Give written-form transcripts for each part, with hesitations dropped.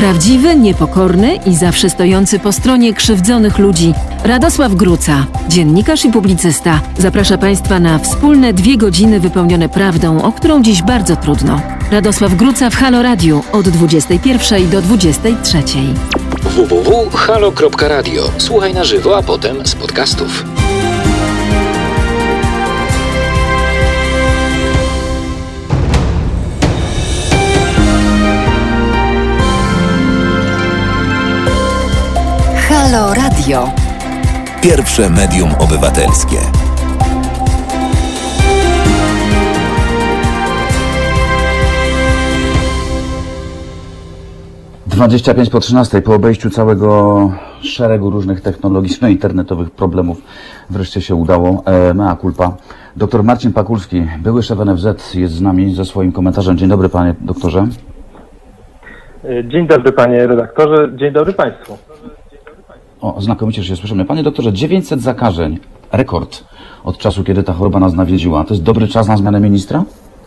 Prawdziwy, niepokorny i zawsze stojący po stronie krzywdzonych ludzi Radosław Gruca, dziennikarz i publicysta, zaprasza Państwa na wspólne 2 godziny wypełnione prawdą, o którą dziś bardzo trudno. Radosław Gruca w Halo Radio od 21 do 23. www.halo.radio. Słuchaj na żywo, a potem z podcastów. Halo Radio. Pierwsze medium obywatelskie. Dwadzieścia 5:13. Po obejściu całego szeregu różnych technologiczno-internetowych problemów wreszcie się udało. Mea culpa. Dr Marcin Pakulski, były szef NFZ, jest z nami ze swoim komentarzem. Dzień dobry, panie doktorze. Dzień dobry, panie redaktorze. Dzień dobry państwu. O, znakomicie, że się słyszymy. Panie doktorze, 900 zakażeń. Rekord od czasu, kiedy ta choroba nas nawiedziła. To jest dobry czas na zmianę ministra?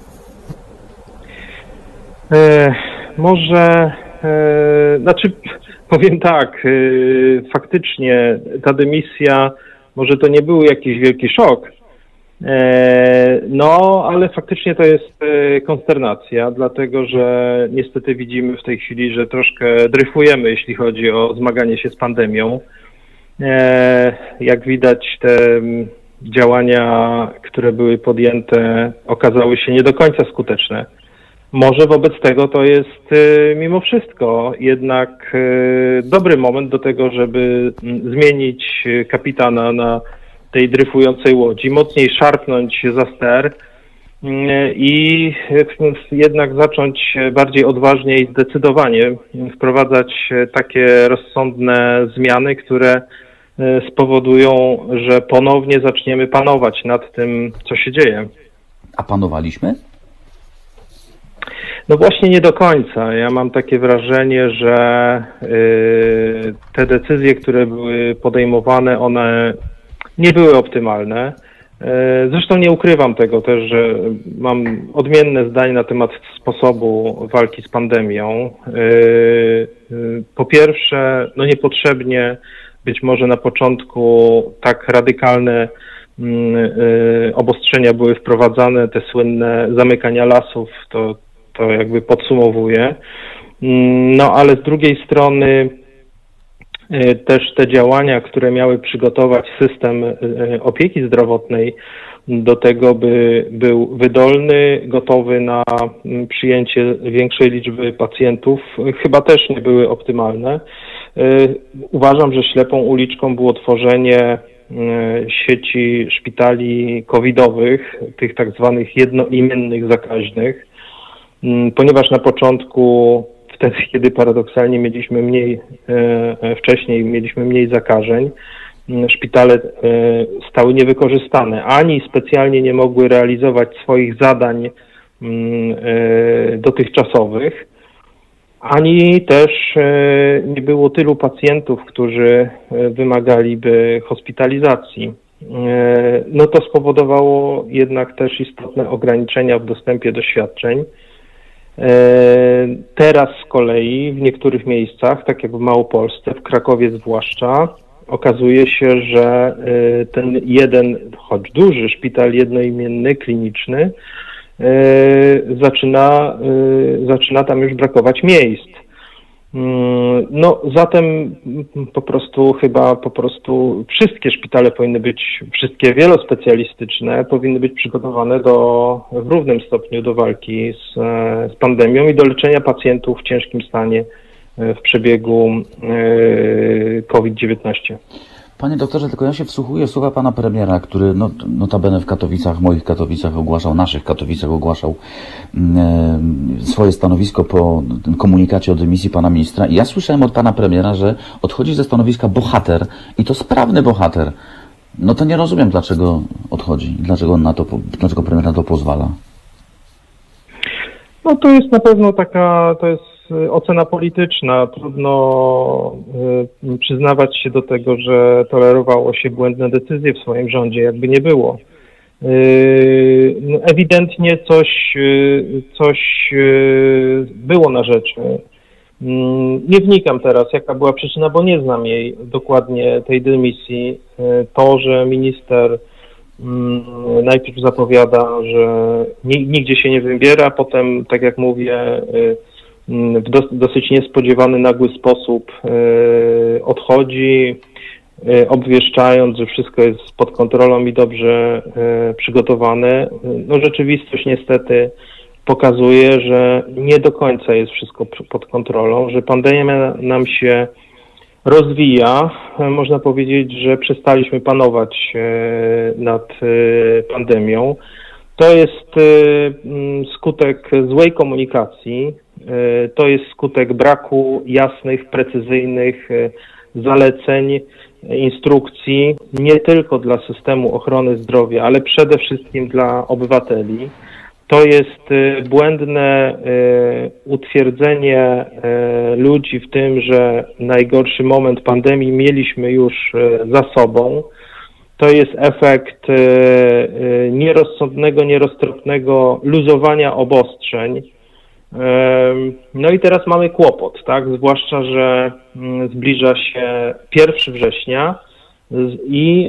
Powiem tak, faktycznie ta dymisja, może to nie był jakiś wielki szok, ale faktycznie to jest konsternacja, dlatego że niestety widzimy w tej chwili, że troszkę dryfujemy, jeśli chodzi o zmaganie się z pandemią. Jak widać, te działania, które były podjęte, okazały się nie do końca skuteczne. Może wobec tego to jest mimo wszystko jednak dobry moment do tego, żeby zmienić kapitana na tej dryfującej łodzi, mocniej szarpnąć za ster i jednak zacząć bardziej odważnie i zdecydowanie wprowadzać takie rozsądne zmiany, które spowodują, że ponownie zaczniemy panować nad tym, co się dzieje. A panowaliśmy? No właśnie nie do końca. Ja mam takie wrażenie, że te decyzje, które były podejmowane, one nie były optymalne. Zresztą nie ukrywam tego też, że mam odmienne zdanie na temat sposobu walki z pandemią. Po pierwsze, niepotrzebnie być może na początku tak radykalne obostrzenia były wprowadzane, te słynne zamykania lasów, to jakby podsumowuje. Ale z drugiej strony też te działania, które miały przygotować system opieki zdrowotnej do tego, by był wydolny, gotowy na przyjęcie większej liczby pacjentów, chyba też nie były optymalne. Uważam, że ślepą uliczką było tworzenie sieci szpitali covidowych, tych tak zwanych jednoimiennych zakaźnych, ponieważ na początku, wtedy kiedy paradoksalnie wcześniej mieliśmy mniej zakażeń, szpitale stały niewykorzystane, ani specjalnie nie mogły realizować swoich zadań dotychczasowych, ani też nie było tylu pacjentów, którzy wymagaliby hospitalizacji. To spowodowało jednak też istotne ograniczenia w dostępie do świadczeń. Teraz z kolei w niektórych miejscach, tak jak w Małopolsce, w Krakowie zwłaszcza, okazuje się, że ten jeden, choć duży szpital jednoimienny, kliniczny, zaczyna tam już brakować miejsc. Zatem po prostu wszystkie szpitale powinny być, wszystkie wielospecjalistyczne powinny być przygotowane w równym stopniu do walki z pandemią i do leczenia pacjentów w ciężkim stanie w przebiegu COVID-19. Panie doktorze, tylko ja się wsłuchuję w słowa pana premiera, który notabene w Katowicach, naszych Katowicach ogłaszał swoje stanowisko po tym komunikacie o dymisji pana ministra. I ja słyszałem od pana premiera, że odchodzi ze stanowiska bohater i to sprawny bohater. To nie rozumiem, dlaczego odchodzi, dlaczego premier na to pozwala. To jest na pewno to jest ocena polityczna. Trudno przyznawać się do tego, że tolerowało się błędne decyzje w swoim rządzie, jakby nie było. Ewidentnie coś było na rzeczy. Nie wnikam teraz, jaka była przyczyna, bo nie znam jej dokładnie, tej dymisji. To, że minister najpierw zapowiada, że nigdzie się nie wybiera, potem, tak jak mówię, w dosyć niespodziewany, nagły sposób odchodzi, obwieszczając, że wszystko jest pod kontrolą i dobrze przygotowane. No, rzeczywistość niestety pokazuje, że nie do końca jest wszystko pod kontrolą, że pandemia nam się rozwija. Można powiedzieć, że przestaliśmy panować nad pandemią. To jest skutek złej komunikacji, to jest skutek braku jasnych, precyzyjnych zaleceń, instrukcji, nie tylko dla systemu ochrony zdrowia, ale przede wszystkim dla obywateli. To jest błędne utwierdzenie ludzi w tym, że najgorszy moment pandemii mieliśmy już za sobą. To jest efekt nierozsądnego, nieroztropnego luzowania obostrzeń. No i teraz mamy kłopot, tak? Zwłaszcza, że zbliża się 1 września i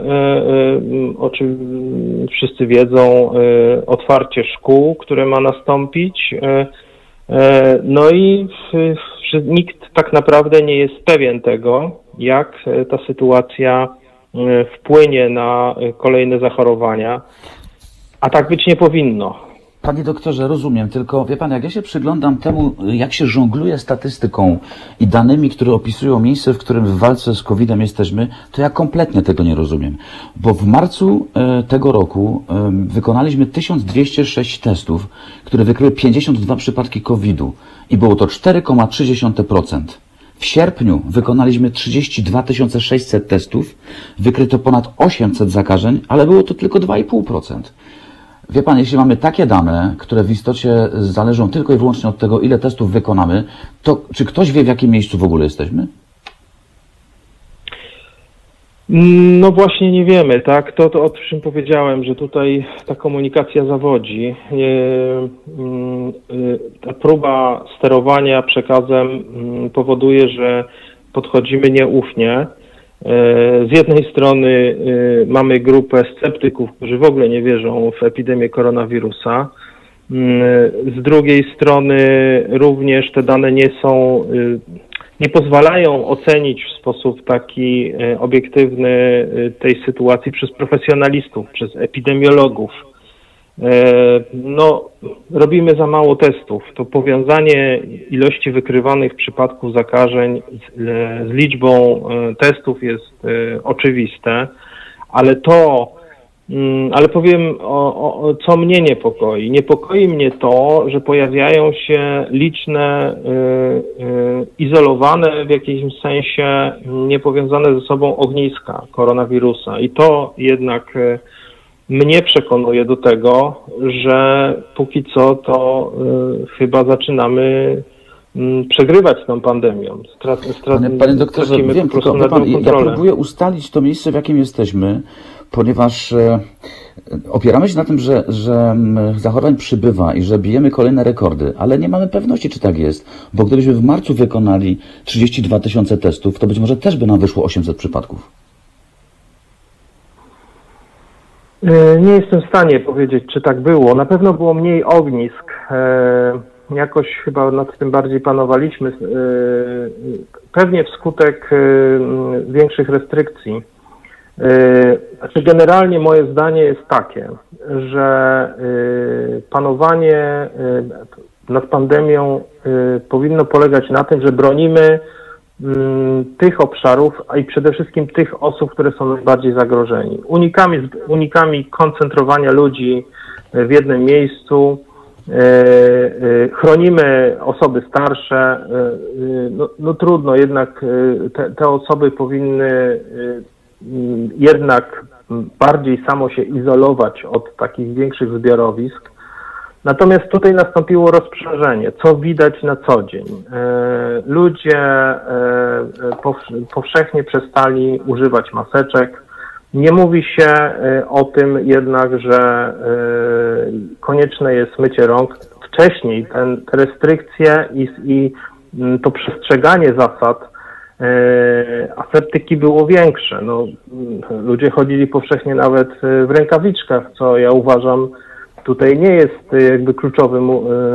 wszyscy wiedzą, otwarcie szkół, które ma nastąpić. No i nikt tak naprawdę nie jest pewien tego, jak ta sytuacja wpłynie na kolejne zachorowania, a tak być nie powinno. Panie doktorze, rozumiem, tylko wie pan, jak ja się przyglądam temu, jak się żongluje statystyką i danymi, które opisują miejsce, w którym w walce z COVID-em jesteśmy, to ja kompletnie tego nie rozumiem. Bo w marcu tego roku wykonaliśmy 1206 testów, które wykryły 52 przypadki COVID-u i było to 4,3%. W sierpniu wykonaliśmy 32 600 testów, wykryto ponad 800 zakażeń, ale było to tylko 2,5%. Wie pan, jeśli mamy takie dane, które w istocie zależą tylko i wyłącznie od tego, ile testów wykonamy, to czy ktoś wie, w jakim miejscu w ogóle jesteśmy? No właśnie nie wiemy, tak? To o czym powiedziałem, że tutaj ta komunikacja zawodzi. Ta próba sterowania przekazem powoduje, że podchodzimy nieufnie. Z jednej strony mamy grupę sceptyków, którzy w ogóle nie wierzą w epidemię koronawirusa. Z drugiej strony również te dane nie pozwalają ocenić w sposób taki obiektywny tej sytuacji przez profesjonalistów, przez epidemiologów. No, robimy za mało testów. To powiązanie ilości wykrywanych przypadków zakażeń z liczbą testów jest oczywiste, ale powiem, co mnie niepokoi. Niepokoi mnie to, że pojawiają się liczne, izolowane w jakimś sensie, niepowiązane ze sobą ogniska koronawirusa. I to jednak mnie przekonuje do tego, że póki co to chyba zaczynamy przegrywać z tą pandemią. Panie doktorze, wiem, tylko wie pan, ja próbuję ustalić to miejsce, w jakim jesteśmy, ponieważ opieramy się na tym, że zachorowań przybywa i że bijemy kolejne rekordy, ale nie mamy pewności, czy tak jest, bo gdybyśmy w marcu wykonali 32 000 testów, to być może też by nam wyszło 800 przypadków. Nie jestem w stanie powiedzieć, czy tak było. Na pewno było mniej ognisk. Jakoś chyba nad tym bardziej panowaliśmy. Pewnie wskutek większych restrykcji. Znaczy generalnie moje zdanie jest takie, że panowanie nad pandemią powinno polegać na tym, że bronimy tych obszarów, a i przede wszystkim tych osób, które są najbardziej zagrożeni. Unikamy koncentrowania ludzi w jednym miejscu, chronimy osoby starsze. No trudno, jednak te osoby powinny jednak bardziej samo się izolować od takich większych zbiorowisk. Natomiast tutaj nastąpiło rozprzężenie, co widać na co dzień. Ludzie powszechnie przestali używać maseczek. Nie mówi się o tym jednak, że konieczne jest mycie rąk. Wcześniej te restrykcje i to przestrzeganie zasad aseptyki było większe. No, ludzie chodzili powszechnie nawet w rękawiczkach, co ja uważam tutaj nie jest jakby kluczowym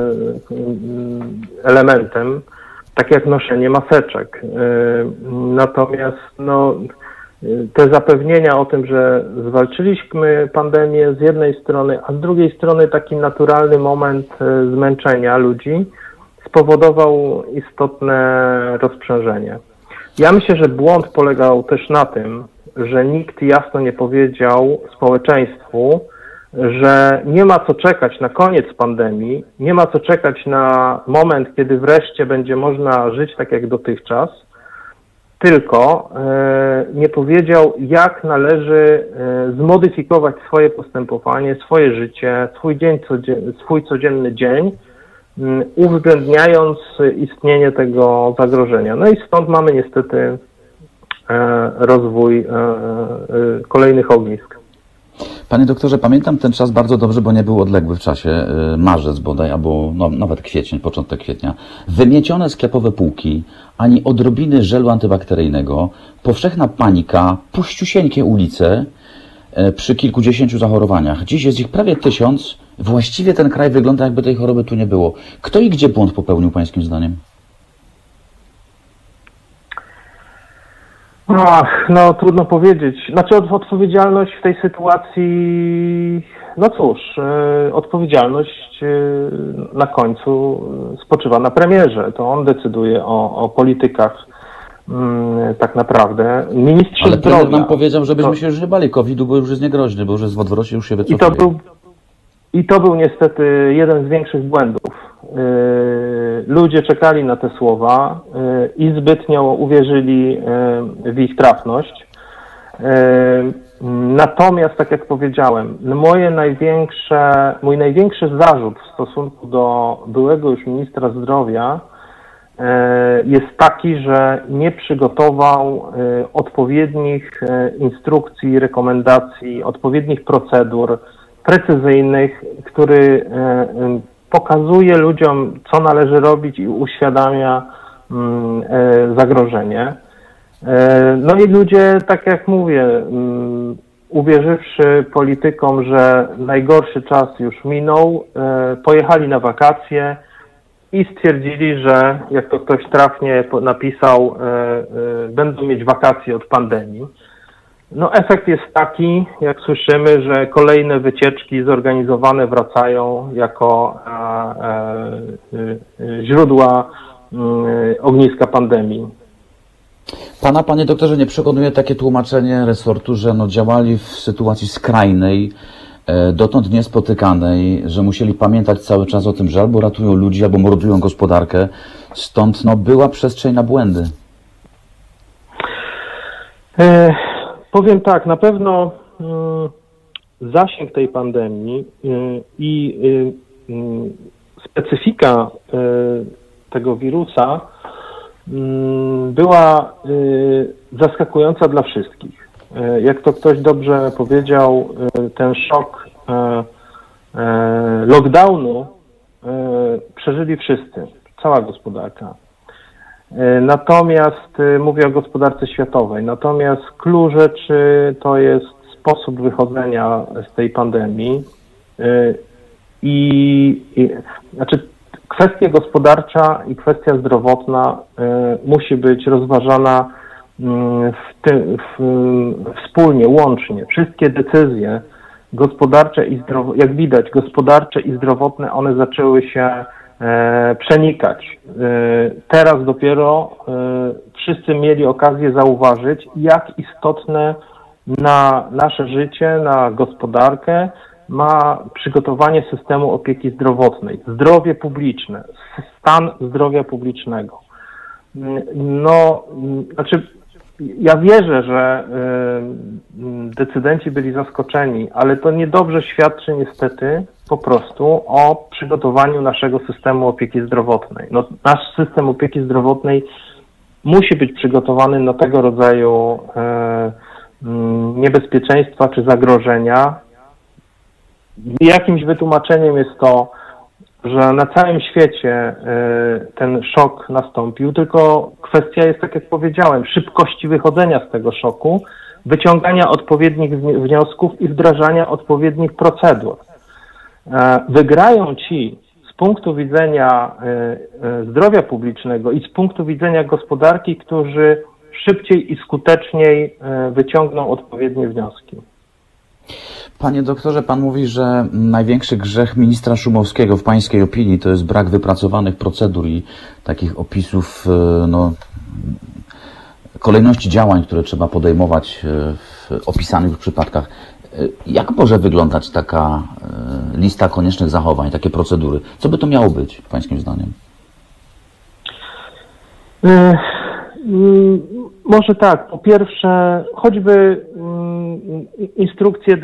elementem, tak jak noszenie maseczek. Natomiast no, te zapewnienia o tym, że zwalczyliśmy pandemię z jednej strony, a z drugiej strony taki naturalny moment zmęczenia ludzi spowodował istotne rozprzężenie. Ja myślę, że błąd polegał też na tym, że nikt jasno nie powiedział społeczeństwu, że nie ma co czekać na koniec pandemii, nie ma co czekać na moment, kiedy wreszcie będzie można żyć tak jak dotychczas, tylko nie powiedział, jak należy zmodyfikować swoje postępowanie, swoje życie, swój codzienny dzień, uwzględniając istnienie tego zagrożenia. No i stąd mamy niestety rozwój kolejnych ognisk. Panie doktorze, pamiętam ten czas bardzo dobrze, bo nie był odległy w czasie, marzec bodaj, albo no, nawet kwiecień, początek kwietnia. Wymiecione sklepowe półki, ani odrobiny żelu antybakteryjnego, powszechna panika, puściusieńkie ulice przy kilkudziesięciu zachorowaniach. Dziś jest ich prawie 1000. Właściwie ten kraj wygląda, jakby tej choroby tu nie było. Kto i gdzie błąd popełnił, pańskim zdaniem? No trudno powiedzieć. Znaczy odpowiedzialność w tej sytuacji, no cóż, odpowiedzialność na końcu spoczywa na premierze. To on decyduje o politykach tak naprawdę. Ministrze Ale premier zdrowia nam powiedział, żebyśmy się już nie bali COVID-u, bo już jest niegroźny, bo już jest w odwrocie, już się wycofuje. I to był niestety jeden z większych błędów. Ludzie czekali na te słowa i zbytnio uwierzyli w ich trafność. Natomiast, tak jak powiedziałem, mój największy zarzut w stosunku do byłego już ministra zdrowia jest taki, że nie przygotował odpowiednich instrukcji, rekomendacji, odpowiednich procedur precyzyjnych, który pokazuje ludziom, co należy robić i uświadamia zagrożenie. No i ludzie, tak jak mówię, uwierzywszy politykom, że najgorszy czas już minął, pojechali na wakacje i stwierdzili, że, jak to ktoś trafnie napisał, będą mieć wakacje od pandemii. No efekt jest taki, jak słyszymy, że kolejne wycieczki zorganizowane wracają jako źródła ogniska pandemii. Pana, panie doktorze, nie przekonuje takie tłumaczenie resortu, że no działali w sytuacji skrajnej, dotąd niespotykanej, że musieli pamiętać cały czas o tym, że albo ratują ludzi, albo mordują gospodarkę. Stąd no, była przestrzeń na błędy. Powiem tak, na pewno zasięg tej pandemii i specyfika tego wirusa była zaskakująca dla wszystkich. Jak to ktoś dobrze powiedział, ten szok lockdownu przeżyli wszyscy, cała gospodarka. Natomiast, mówię o gospodarce światowej, natomiast klucz rzeczy to jest sposób wychodzenia z tej pandemii znaczy kwestia gospodarcza i kwestia zdrowotna musi być rozważana wspólnie, łącznie. Wszystkie decyzje gospodarcze i jak widać, gospodarcze i zdrowotne, one zaczęły się przenikać. Teraz dopiero wszyscy mieli okazję zauważyć, jak istotne na nasze życie, na gospodarkę ma przygotowanie systemu opieki zdrowotnej, zdrowie publiczne, stan zdrowia publicznego. No, znaczy, ja wierzę, że decydenci byli zaskoczeni, ale to niedobrze świadczy niestety po prostu o przygotowaniu naszego systemu opieki zdrowotnej. No, nasz system opieki zdrowotnej musi być przygotowany na tego rodzaju niebezpieczeństwa czy zagrożenia. Jakimś wytłumaczeniem jest to że na całym świecie ten szok nastąpił, tylko kwestia jest, tak jak powiedziałem, szybkości wychodzenia z tego szoku, wyciągania odpowiednich wniosków i wdrażania odpowiednich procedur. Wygrają ci z punktu widzenia zdrowia publicznego i z punktu widzenia gospodarki, którzy szybciej i skuteczniej wyciągną odpowiednie wnioski. Panie doktorze, pan mówi, że największy grzech ministra Szumowskiego w pańskiej opinii to jest brak wypracowanych procedur i takich opisów kolejności działań, które trzeba podejmować w opisanych przypadkach. Jak może wyglądać taka lista koniecznych zachowań, takie procedury? Co by to miało być, pańskim zdaniem? Może tak, po pierwsze, choćby instrukcje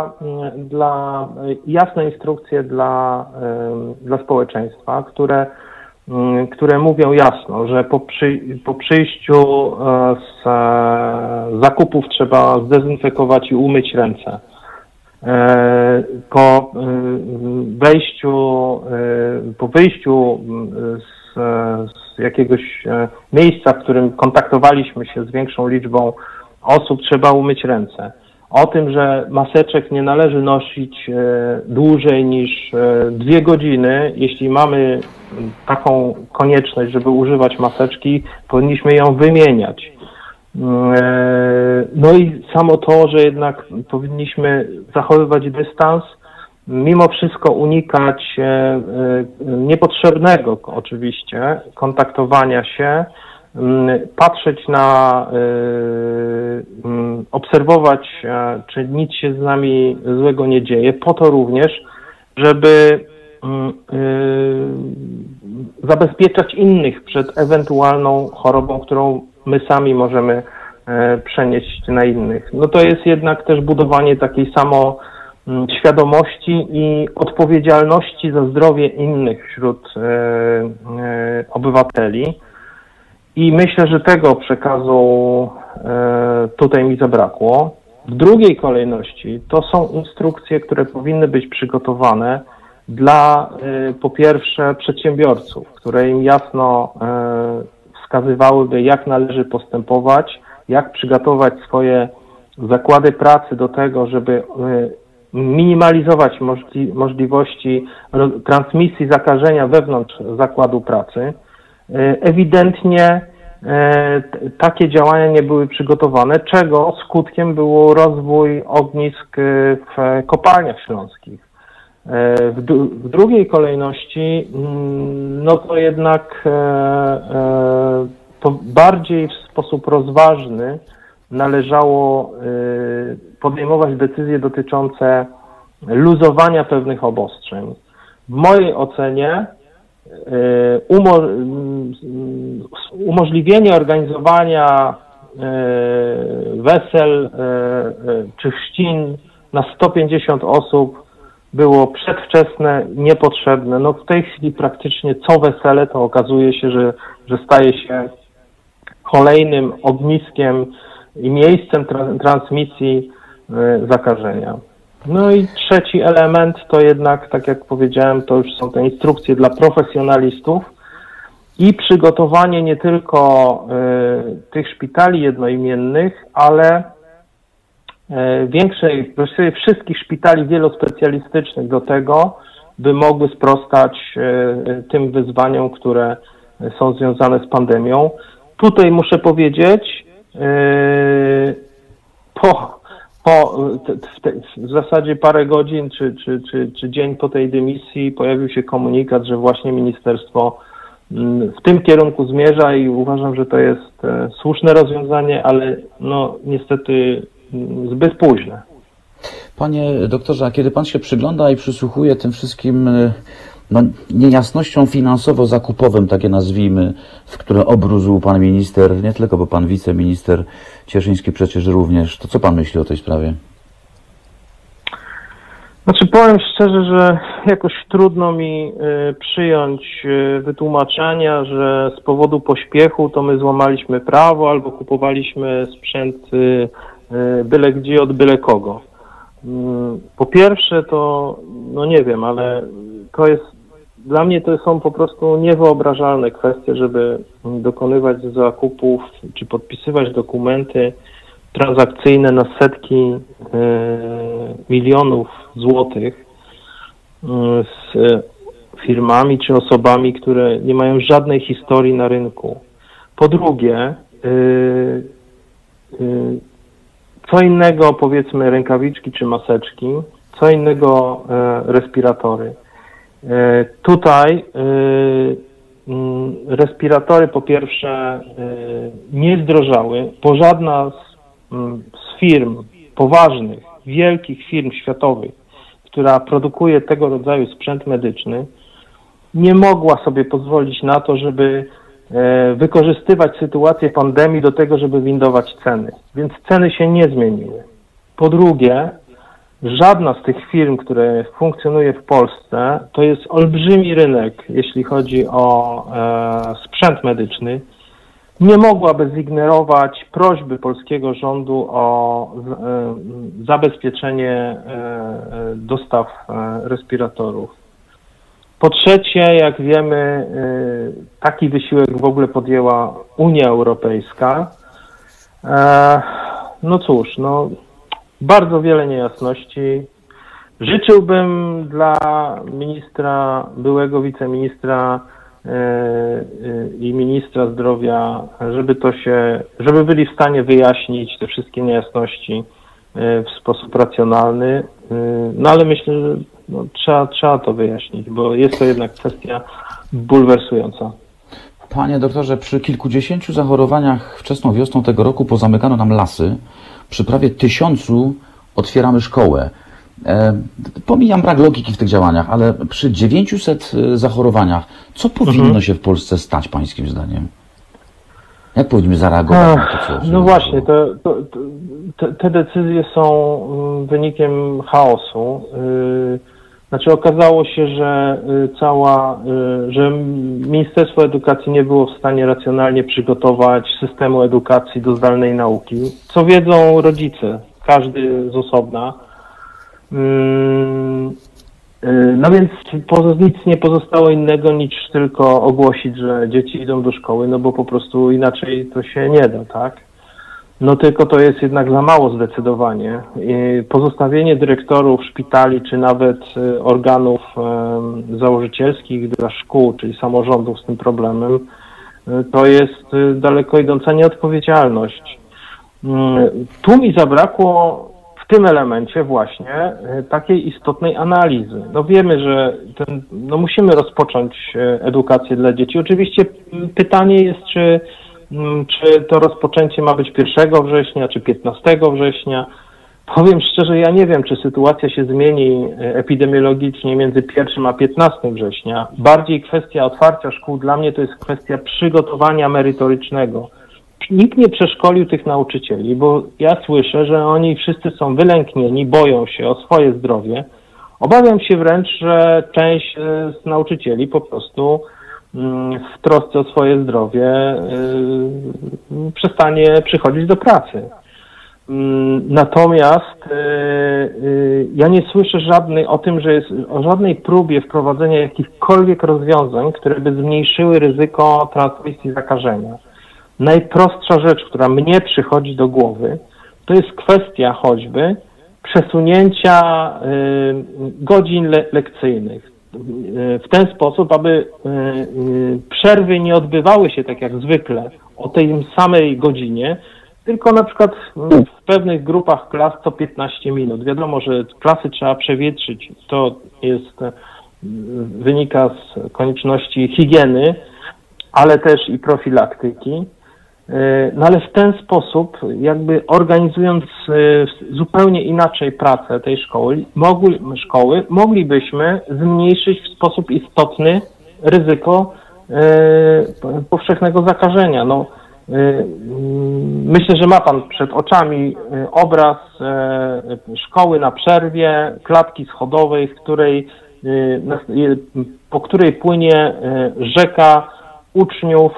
jasne instrukcje dla społeczeństwa, które mówią jasno, że po przyjściu z zakupów trzeba zdezynfekować i umyć ręce. Po wyjściu z jakiegoś miejsca, w którym kontaktowaliśmy się z większą liczbą osób, trzeba umyć ręce. O tym, że maseczek nie należy nosić dłużej niż 2 godziny. Jeśli mamy taką konieczność, żeby używać maseczki, powinniśmy ją wymieniać. No i samo to, że jednak powinniśmy zachowywać dystans, mimo wszystko unikać niepotrzebnego oczywiście kontaktowania się, patrzeć obserwować, czy nic się z nami złego nie dzieje, po to również, żeby zabezpieczać innych przed ewentualną chorobą, którą my sami możemy przenieść na innych. No to jest jednak też budowanie takiej świadomości i odpowiedzialności za zdrowie innych wśród obywateli. I myślę, że tego przekazu tutaj mi zabrakło. W drugiej kolejności to są instrukcje, które powinny być przygotowane dla po pierwsze przedsiębiorców, które im jasno wskazywałyby, jak należy postępować, jak przygotować swoje zakłady pracy do tego, żeby minimalizować możliwości transmisji zakażenia wewnątrz zakładu pracy. Ewidentnie takie działania nie były przygotowane, czego skutkiem był rozwój ognisk w kopalniach śląskich. W drugiej kolejności, no to jednak bardziej w sposób rozważny należało podejmować decyzje dotyczące luzowania pewnych obostrzeń. W mojej ocenie umożliwienie organizowania wesel czy chrzcin na 150 osób było przedwczesne, niepotrzebne. No w tej chwili praktycznie co wesele to okazuje się, że staje się kolejnym ogniskiem i miejscem transmisji zakażenia. No i trzeci element to jednak, tak jak powiedziałem, to już są te instrukcje dla profesjonalistów i przygotowanie nie tylko tych szpitali jednoimiennych, ale właściwie wszystkich szpitali wielospecjalistycznych do tego, by mogły sprostać tym wyzwaniom, które są związane z pandemią. Tutaj muszę powiedzieć, w zasadzie parę godzin czy dzień po tej dymisji pojawił się komunikat, że właśnie ministerstwo w tym kierunku zmierza i uważam, że to jest słuszne rozwiązanie, ale no niestety zbyt późne. Panie doktorze, a kiedy pan się przygląda i przysłuchuje tym wszystkim niejasnościom finansowo-zakupowym, takie nazwijmy, w które obrózł pan minister, nie tylko, bo pan wiceminister Cieszyński przecież również, to co pan myśli o tej sprawie? Znaczy powiem szczerze, że jakoś trudno mi przyjąć wytłumaczenia, że z powodu pośpiechu to my złamaliśmy prawo albo kupowaliśmy sprzęt byle gdzie od byle kogo. Po pierwsze to, no nie wiem, ale to jest Dla mnie to są po prostu niewyobrażalne kwestie, żeby dokonywać zakupów czy podpisywać dokumenty transakcyjne na setki milionów złotych z firmami czy osobami, które nie mają żadnej historii na rynku. Po drugie, co innego powiedzmy rękawiczki czy maseczki, co innego respiratory. Tutaj respiratory po pierwsze nie zdrożały, bo żadna z firm poważnych, wielkich firm światowych, która produkuje tego rodzaju sprzęt medyczny, nie mogła sobie pozwolić na to, żeby wykorzystywać sytuację pandemii do tego, żeby windować ceny. Więc ceny się nie zmieniły. Po drugie, żadna z tych firm, które funkcjonuje w Polsce, to jest olbrzymi rynek, jeśli chodzi o sprzęt medyczny, nie mogłaby zignorować prośby polskiego rządu o zabezpieczenie dostaw respiratorów. Po trzecie, jak wiemy, taki wysiłek w ogóle podjęła Unia Europejska. No cóż, no bardzo wiele niejasności. Życzyłbym dla ministra, byłego wiceministra i ministra zdrowia, żeby byli w stanie wyjaśnić te wszystkie niejasności w sposób racjonalny. No ale myślę, że trzeba to wyjaśnić, bo jest to jednak kwestia bulwersująca. Panie doktorze, przy kilkudziesięciu zachorowaniach wczesną wiosną tego roku pozamykano nam lasy. Przy prawie 1000 otwieramy szkołę. Pomijam brak logiki w tych działaniach, ale przy 900 zachorowaniach, co powinno się w Polsce stać, pańskim zdaniem? Jak powinniśmy zareagować na to, co No właśnie, te decyzje są wynikiem chaosu. Znaczy okazało się, że Ministerstwo Edukacji nie było w stanie racjonalnie przygotować systemu edukacji do zdalnej nauki, co wiedzą rodzice, każdy z osobna. No więc nic nie pozostało innego niż tylko ogłosić, że dzieci idą do szkoły, no bo po prostu inaczej to się nie da, tak? No tylko to jest jednak za mało zdecydowanie. Pozostawienie dyrektorów szpitali, czy nawet organów założycielskich dla szkół, czyli samorządów z tym problemem, to jest daleko idąca nieodpowiedzialność. Tu mi zabrakło w tym elemencie właśnie takiej istotnej analizy. No wiemy, że musimy rozpocząć edukację dla dzieci. Oczywiście pytanie jest, czy to rozpoczęcie ma być 1 września, czy 15 września. Powiem szczerze, ja nie wiem, czy sytuacja się zmieni epidemiologicznie między 1 a 15 września. Bardziej kwestia otwarcia szkół dla mnie to jest kwestia przygotowania merytorycznego. Nikt nie przeszkolił tych nauczycieli, bo ja słyszę, że oni wszyscy są wylęknieni, boją się o swoje zdrowie. Obawiam się wręcz, że część z nauczycieli po prostu w trosce o swoje zdrowie przestanie przychodzić do pracy. Natomiast ja nie słyszę o żadnej próbie wprowadzenia jakichkolwiek rozwiązań, które by zmniejszyły ryzyko transmisji zakażenia. Najprostsza rzecz, która mnie przychodzi do głowy, to jest kwestia choćby przesunięcia godzin lekcyjnych w ten sposób, aby przerwy nie odbywały się tak jak zwykle o tej samej godzinie, tylko na przykład w pewnych grupach klas co 15 minut. Wiadomo, że klasy trzeba przewietrzyć. To wynika z konieczności higieny, ale też i profilaktyki. No ale w ten sposób, jakby organizując zupełnie inaczej pracę tej szkoły, moglibyśmy zmniejszyć w sposób istotny ryzyko powszechnego zakażenia. No, myślę, że ma Pan przed oczami obraz szkoły na przerwie, klatki schodowej, po której płynie rzeka uczniów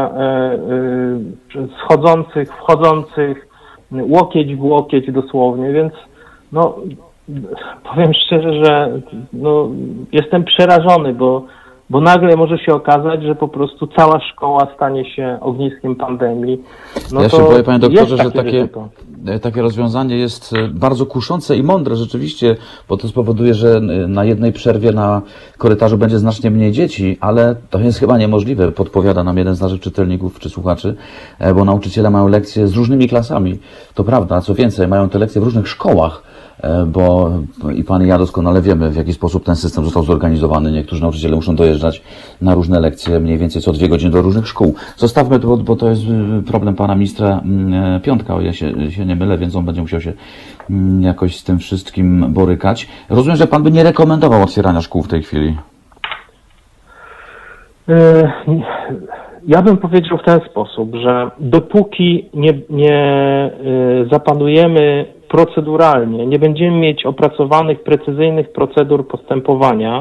schodzących, wchodzących, łokieć w łokieć dosłownie, więc powiem szczerze, że jestem przerażony, bo bo nagle może się okazać, że po prostu cała szkoła stanie się ogniskiem pandemii. No Ja to się boję, panie doktorze, jest że ryzyko. takie rozwiązanie jest bardzo kuszące i mądre rzeczywiście, bo to spowoduje, że na jednej przerwie na korytarzu będzie znacznie mniej dzieci, ale to jest chyba niemożliwe, podpowiada nam jeden z naszych czytelników czy słuchaczy, bo nauczyciele mają lekcje z różnymi klasami. To prawda, co więcej, mają te lekcje w różnych szkołach, bo i pan i ja doskonale wiemy, w jaki sposób ten system został zorganizowany. Niektórzy nauczyciele muszą dojeżdżać na różne lekcje mniej więcej co 2 godziny do różnych szkół. Zostawmy to, bo to jest problem pana ministra Piątka, o ile się nie mylę, więc on będzie musiał się jakoś z tym wszystkim borykać. Rozumiem, że pan by nie rekomendował otwierania szkół w tej chwili. Ja bym powiedział w ten sposób, że dopóki nie zapanujemy proceduralnie, nie będziemy mieć opracowanych, precyzyjnych procedur postępowania,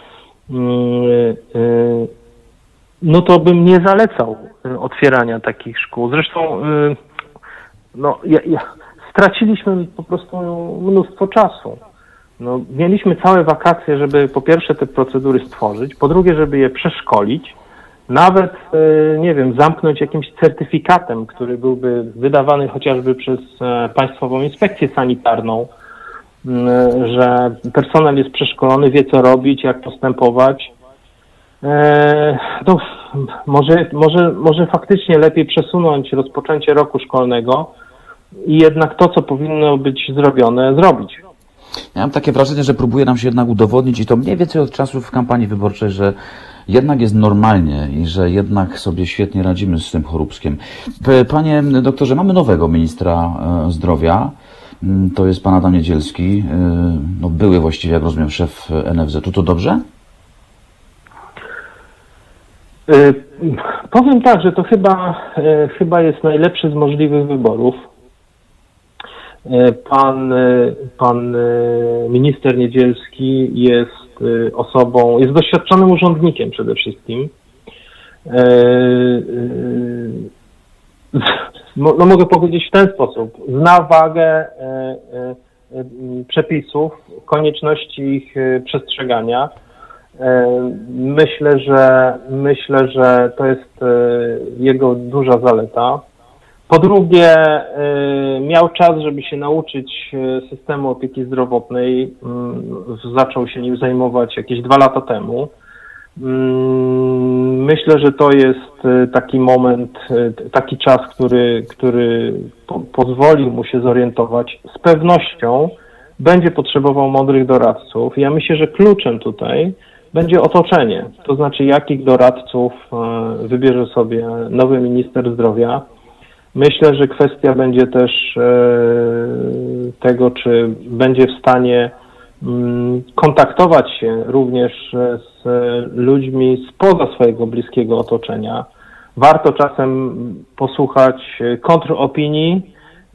no to bym nie zalecał otwierania takich szkół. Zresztą no, straciliśmy po prostu mnóstwo czasu. No, mieliśmy całe wakacje, żeby po pierwsze te procedury stworzyć, po drugie, żeby je przeszkolić, nawet, nie wiem, zamknąć jakimś certyfikatem, który byłby wydawany chociażby przez Państwową Inspekcję Sanitarną, że personel jest przeszkolony, wie co robić, jak postępować. No, może faktycznie lepiej przesunąć rozpoczęcie roku szkolnego i jednak to, co powinno być zrobione, zrobić. Ja mam takie wrażenie, że próbuje nam się jednak udowodnić i to mniej więcej od czasów kampanii wyborczej, że jednak jest normalnie i że jednak sobie świetnie radzimy z tym choróbskiem. Panie doktorze, mamy nowego ministra zdrowia. To jest pan Adam Niedzielski, no były właściwie, jak rozumiem, szef NFZ-u. To dobrze? Powiem tak, że to chyba jest najlepszy z możliwych wyborów. Pan minister Niedzielski jest osobą, jest doświadczonym urzędnikiem przede wszystkim. No mogę powiedzieć w ten sposób. Zna wagę przepisów, konieczności ich przestrzegania. Myślę, że to jest jego duża zaleta. Po drugie, miał czas, żeby się nauczyć systemu opieki zdrowotnej. Zaczął się nim zajmować jakieś 2 lata temu. Myślę, że to jest taki moment, taki czas, który pozwolił mu się zorientować. Z pewnością będzie potrzebował mądrych doradców. Ja myślę, że kluczem tutaj będzie otoczenie. To znaczy, jakich doradców wybierze sobie nowy minister zdrowia. Myślę, że kwestia będzie też tego, czy będzie w stanie kontaktować się również z ludźmi spoza swojego bliskiego otoczenia. Warto czasem posłuchać kontropinii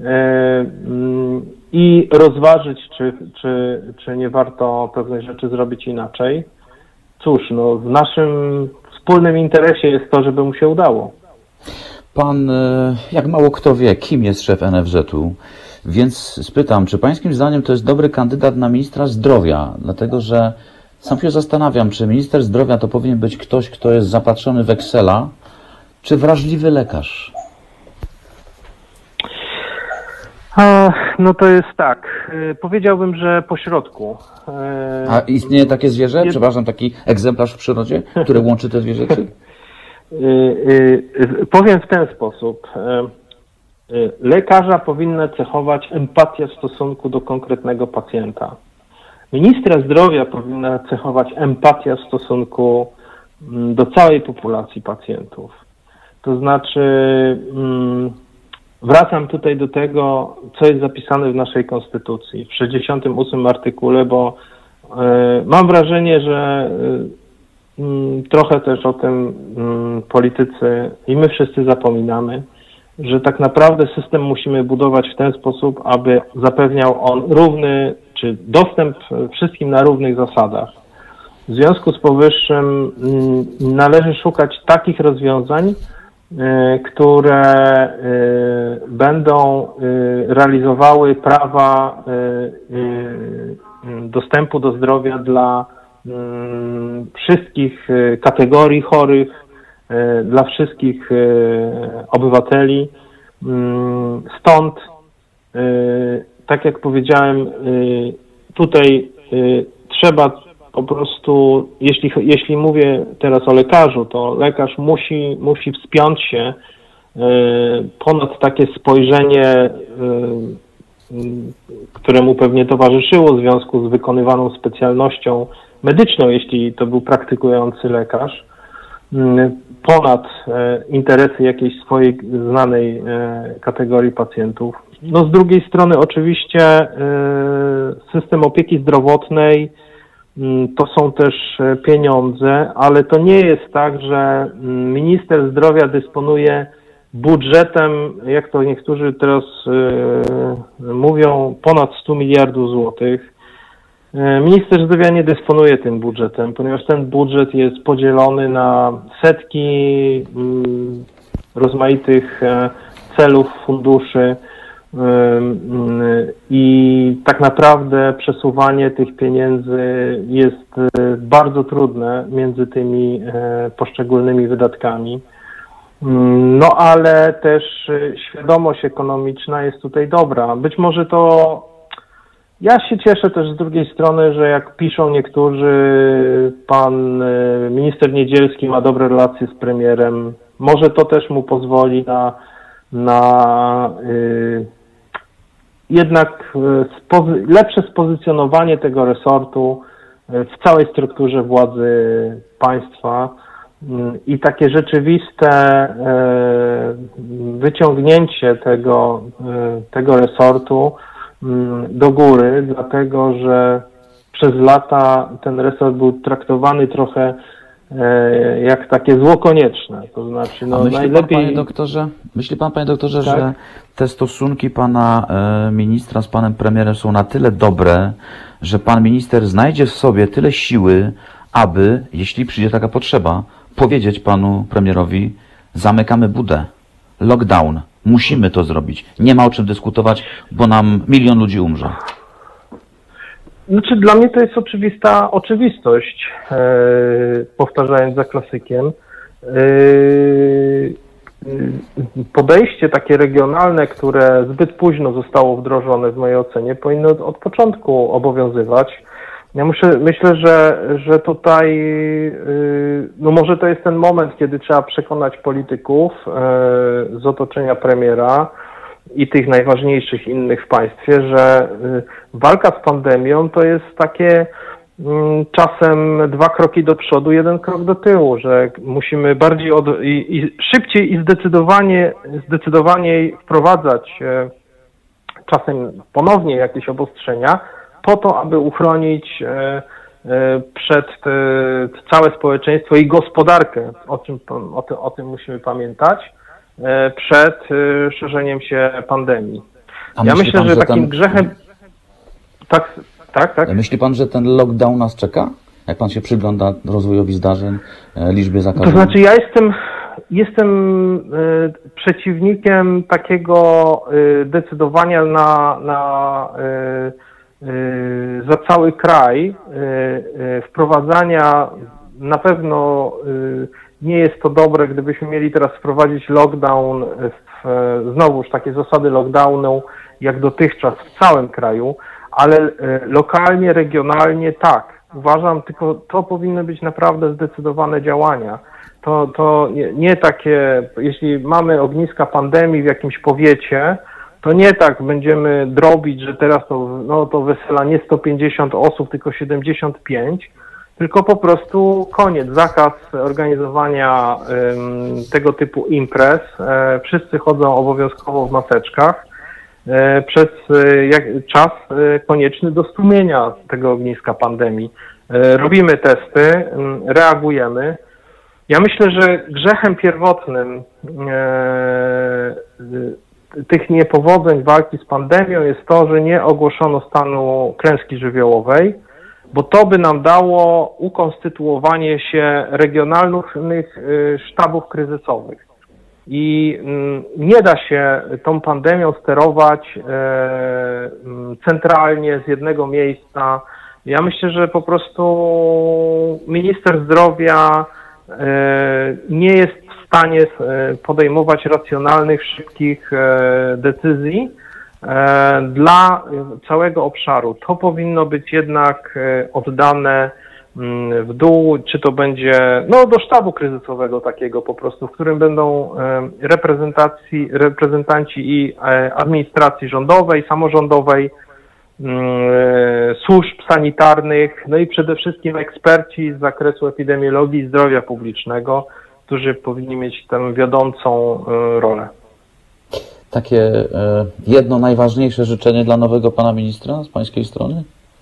i rozważyć, czy nie warto pewnych rzeczy zrobić inaczej. Cóż, no, w naszym wspólnym interesie jest to, żeby mu się udało. Pan, jak mało kto wie, kim jest szef NFZ-u, więc spytam, czy pańskim zdaniem to jest dobry kandydat na ministra zdrowia? Dlatego, że sam się zastanawiam, czy minister zdrowia to powinien być ktoś, kto jest zapatrzony w Excela, czy wrażliwy lekarz? No to jest tak. Powiedziałbym, że po środku. A istnieje takie zwierzę? Przepraszam, taki egzemplarz w przyrodzie, który łączy te dwie rzeczy? Powiem w ten sposób. Lekarza powinna cechować empatia w stosunku do konkretnego pacjenta. Ministra zdrowia powinna cechować empatia w stosunku do całej populacji pacjentów. To znaczy, wracam tutaj do tego, co jest zapisane w naszej konstytucji, w 68 artykule, bo mam wrażenie, że trochę też o tym politycy i my wszyscy zapominamy, że tak naprawdę system musimy budować w ten sposób, aby zapewniał on równy, czy dostęp wszystkim na równych zasadach. W związku z powyższym należy szukać takich rozwiązań, które będą realizowały prawa dostępu do zdrowia dla wszystkich kategorii chorych, dla wszystkich obywateli. Stąd, tak jak powiedziałem, tutaj trzeba po prostu, jeśli mówię teraz o lekarzu, to lekarz musi wspiąć się ponad takie spojrzenie, które mu pewnie towarzyszyło w związku z wykonywaną specjalnością medyczną, jeśli to był praktykujący lekarz, ponad interesy jakiejś swojej znanej kategorii pacjentów. No z drugiej strony oczywiście system opieki zdrowotnej to są też pieniądze, ale to nie jest tak, że minister zdrowia dysponuje budżetem, jak to niektórzy teraz mówią, ponad 100 miliardów złotych. Minister zdrowia nie dysponuje tym budżetem, ponieważ ten budżet jest podzielony na setki rozmaitych celów, funduszy i tak naprawdę przesuwanie tych pieniędzy jest bardzo trudne między tymi poszczególnymi wydatkami. No ale też świadomość ekonomiczna jest tutaj dobra. Być może to ja się cieszę też z drugiej strony, że jak piszą niektórzy, pan minister Niedzielski ma dobre relacje z premierem. Może to też mu pozwoli na jednak lepsze spozycjonowanie tego resortu w całej strukturze władzy państwa i takie rzeczywiste wyciągnięcie tego resortu do góry, dlatego że przez lata ten resort był traktowany trochę jak takie zło konieczne. To znaczy, no najlepiej... Myśli pan, panie doktorze, Tak? że te stosunki pana ministra z panem premierem są na tyle dobre, że pan minister znajdzie w sobie tyle siły, aby, jeśli przyjdzie taka potrzeba, powiedzieć panu premierowi: zamykamy budę, lockdown, musimy to zrobić, nie ma o czym dyskutować, bo nam 1 milion ludzi umrze. Znaczy, dla mnie to jest oczywista oczywistość, powtarzając za klasykiem. Podejście takie regionalne, które zbyt późno zostało wdrożone w mojej ocenie, powinno od początku obowiązywać. Ja myślę, że tutaj, no może to jest ten moment, kiedy trzeba przekonać polityków z otoczenia premiera i tych najważniejszych innych w państwie, że walka z pandemią to jest takie czasem 2 kroki do przodu, 1 krok do tyłu, że musimy bardziej szybciej i zdecydowaniej wprowadzać czasem ponownie jakieś obostrzenia po to, aby uchronić przed całe społeczeństwo i gospodarkę, o tym musimy pamiętać, przed szerzeniem się pandemii. Ja myślę, że takim grzechem... Tak. Myśli pan, że ten lockdown nas czeka? Jak pan się przygląda rozwojowi zdarzeń, liczbie zakażeń? To znaczy, ja jestem przeciwnikiem takiego decydowania za cały kraj, wprowadzania. Na pewno nie jest to dobre, gdybyśmy mieli teraz wprowadzić lockdown, znowuż takie zasady lockdownu jak dotychczas w całym kraju, ale lokalnie, regionalnie tak. Uważam, tylko to powinny być naprawdę zdecydowane działania. To nie takie, jeśli mamy ogniska pandemii w jakimś powiecie, to nie tak będziemy drobić, że teraz to wesela nie 150 osób, tylko 75, tylko po prostu koniec, zakaz organizowania tego typu imprez. Wszyscy chodzą obowiązkowo w maseczkach przez czas konieczny do stłumienia tego ogniska pandemii. Robimy testy, reagujemy. Ja myślę, że grzechem pierwotnym tych niepowodzeń walki z pandemią jest to, że nie ogłoszono stanu klęski żywiołowej, bo to by nam dało ukonstytuowanie się regionalnych sztabów kryzysowych. I nie da się tą pandemią sterować centralnie z jednego miejsca Ja myślę, że po prostu minister zdrowia nie jest w stanie podejmować racjonalnych, szybkich decyzji dla całego obszaru. To powinno być jednak oddane w dół, czy to będzie do sztabu kryzysowego takiego po prostu, w którym będą reprezentanci i administracji rządowej, samorządowej, służb sanitarnych, no i przede wszystkim eksperci z zakresu epidemiologii i zdrowia publicznego, którzy powinni mieć tę wiodącą rolę. Takie jedno najważniejsze życzenie dla nowego pana ministra z pańskiej strony?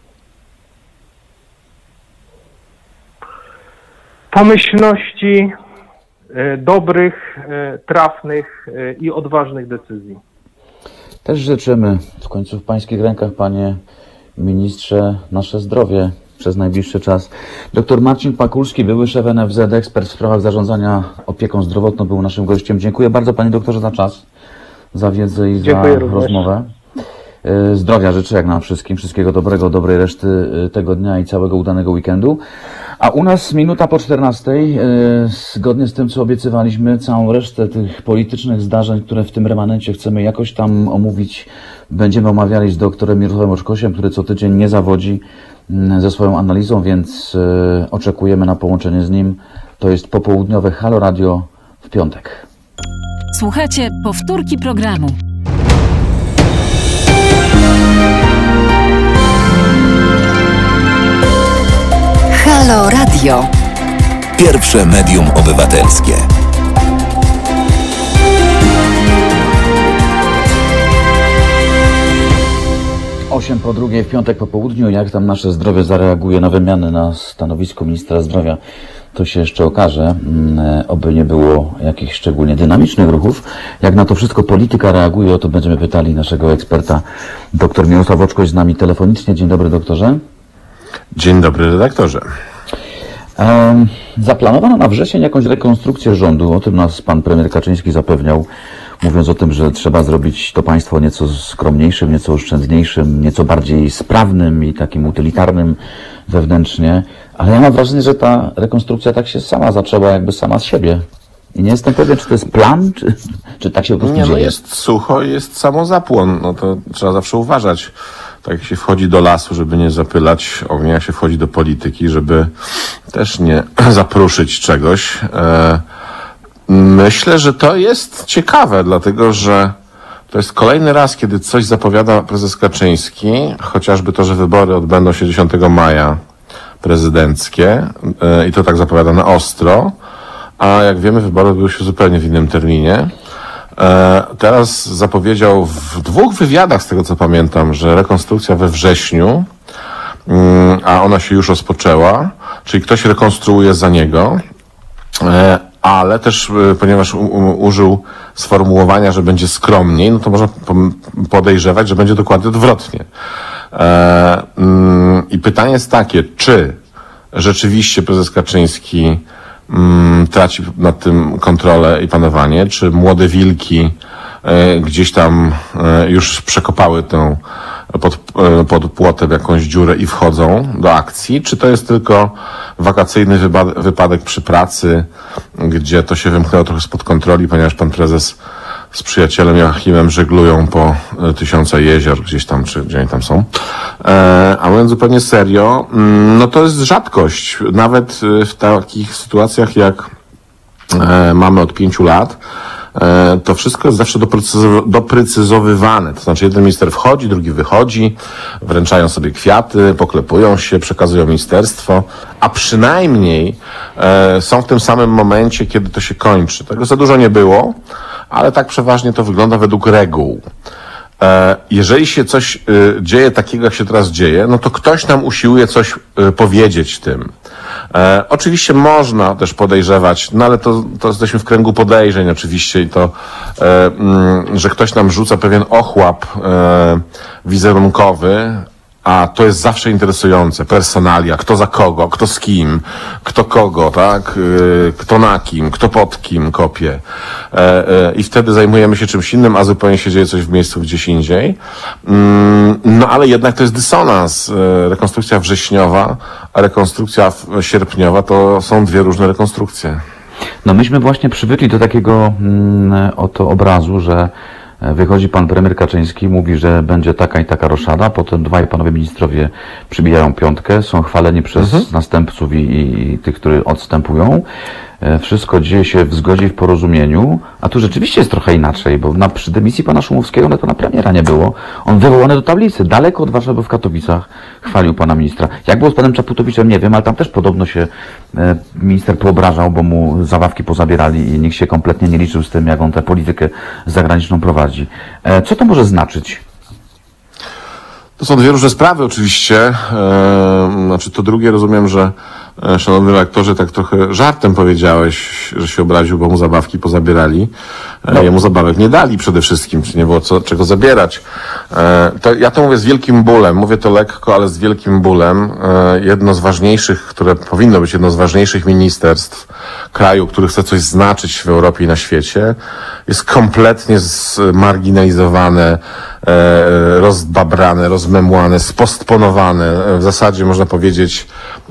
Pomyślności, dobrych, trafnych i odważnych decyzji. Też życzymy w końcu w pańskich rękach, panie ministrze, nasze zdrowie przez najbliższy czas. Dr Marcin Pakulski, były szef NFZ, ekspert w sprawach zarządzania opieką zdrowotną, był naszym gościem. Dziękuję bardzo, panie doktorze, za czas, za wiedzę i za rozmowę. Zdrowia życzę jak nam wszystkim, wszystkiego dobrego, dobrej reszty tego dnia i całego udanego weekendu. A u nas minuta po 14, zgodnie z tym, co obiecywaliśmy, całą resztę tych politycznych zdarzeń, które w tym remanencie chcemy jakoś tam omówić, będziemy omawiali z doktorem Mirosławem Oczkosiem, który co tydzień nie zawodzi ze swoją analizą, więc oczekujemy na połączenie z nim. To jest popołudniowe Halo Radio w piątek. Słuchajcie powtórki programu. Halo Radio. Pierwsze medium obywatelskie. 8 po 2 w piątek po południu. Jak tam nasze zdrowie zareaguje na wymianę na stanowisku ministra zdrowia, to się jeszcze okaże. Oby nie było jakichś szczególnie dynamicznych ruchów. Jak na to wszystko polityka reaguje, o to będziemy pytali naszego eksperta. Dr Mirosław Oczkoś z nami telefonicznie. Dzień dobry, doktorze. Dzień dobry, redaktorze. Zaplanowano na wrzesień jakąś rekonstrukcję rządu. O tym nas pan premier Kaczyński zapewniał, mówiąc o tym, że trzeba zrobić to państwo nieco skromniejszym, nieco oszczędniejszym, nieco bardziej sprawnym i takim utylitarnym wewnętrznie. Ale ja mam wrażenie, że ta rekonstrukcja tak się sama zaczęła, jakby sama z siebie. I nie jestem pewien, czy to jest plan, czy tak się po prostu dzieje. No jest sucho, jest samozapłon. No to trzeba zawsze uważać. Tak jak się wchodzi do lasu, żeby nie zapylać ognia, jak się wchodzi do polityki, żeby też nie zapruszyć czegoś. Myślę, że to jest ciekawe, dlatego że to jest kolejny raz, kiedy coś zapowiada prezes Kaczyński, chociażby to, że wybory odbędą się 10 maja prezydenckie i to tak zapowiada na ostro, a jak wiemy, wybory odbyły się zupełnie w innym terminie. Teraz zapowiedział w 2 wywiadach, z tego co pamiętam, że rekonstrukcja we wrześniu, a ona się już rozpoczęła, czyli ktoś rekonstruuje za niego, ale też, ponieważ użył sformułowania, że będzie skromniej, no to można podejrzewać, że będzie dokładnie odwrotnie. I pytanie jest takie, czy rzeczywiście prezes Kaczyński traci nad tym kontrolę i panowanie, czy młode wilki gdzieś tam już przekopały tę pod płotem jakąś dziurę i wchodzą do akcji, czy to jest tylko wakacyjny wypadek przy pracy, gdzie to się wymknęło trochę spod kontroli, ponieważ pan prezes z przyjacielem Joachimem żeglują po 1000 jezior gdzieś tam, czy gdzie oni tam są. A mówiąc zupełnie serio, no to jest rzadkość. Nawet w takich sytuacjach, jak mamy od 5 lat, to wszystko jest zawsze doprecyzowywane. To znaczy jeden minister wchodzi, drugi wychodzi, wręczają sobie kwiaty, poklepują się, przekazują ministerstwo, a przynajmniej są w tym samym momencie, kiedy to się kończy. Tego za dużo nie było, ale tak przeważnie to wygląda według reguł. Jeżeli się coś dzieje takiego, jak się teraz dzieje, no to ktoś nam usiłuje coś powiedzieć tym. Oczywiście można też podejrzewać, no ale to jesteśmy w kręgu podejrzeń oczywiście i to, że ktoś nam rzuca pewien ochłap wizerunkowy, a to jest zawsze interesujące, personalia, kto za kogo, kto z kim, kto kogo, tak, kto na kim, kto pod kim kopie. I wtedy zajmujemy się czymś innym, a zupełnie się dzieje coś w miejscu gdzieś indziej. No ale jednak to jest dysonans. Rekonstrukcja wrześniowa, a rekonstrukcja sierpniowa to są dwie różne rekonstrukcje. No myśmy właśnie przywykli do takiego oto obrazu, że wychodzi pan premier Kaczyński, mówi, że będzie taka i taka roszada, potem dwaj panowie ministrowie przybijają piątkę, są chwaleni przez następców i tych, którzy odstępują. Wszystko dzieje się w zgodzie i w porozumieniu, a tu rzeczywiście jest trochę inaczej, bo przy dymisji pana Szumowskiego nawet pana premiera nie było. On wywołany do tablicy, daleko od Warszawy w Katowicach, chwalił pana ministra. Jak było z panem Czaputowiczem, nie wiem, ale tam też podobno się minister poobrażał, bo mu zabawki pozabierali i nikt się kompletnie nie liczył z tym, jak on tę politykę zagraniczną prowadzi. Co to może znaczyć? To są dwie różne sprawy oczywiście. Znaczy to drugie rozumiem, że szanowny redaktorze, tak trochę żartem powiedziałeś, że się obraził, bo mu zabawki pozabierali. Jemu zabawek nie dali przede wszystkim, czy nie było czego zabierać. Ja to mówię z wielkim bólem, mówię to lekko, ale z wielkim bólem. Jedno z ważniejszych, które powinno być jedno z ważniejszych ministerstw kraju, który chce coś znaczyć w Europie i na świecie, jest kompletnie zmarginalizowane, rozbabrane, rozmemłane, spostponowane, w zasadzie można powiedzieć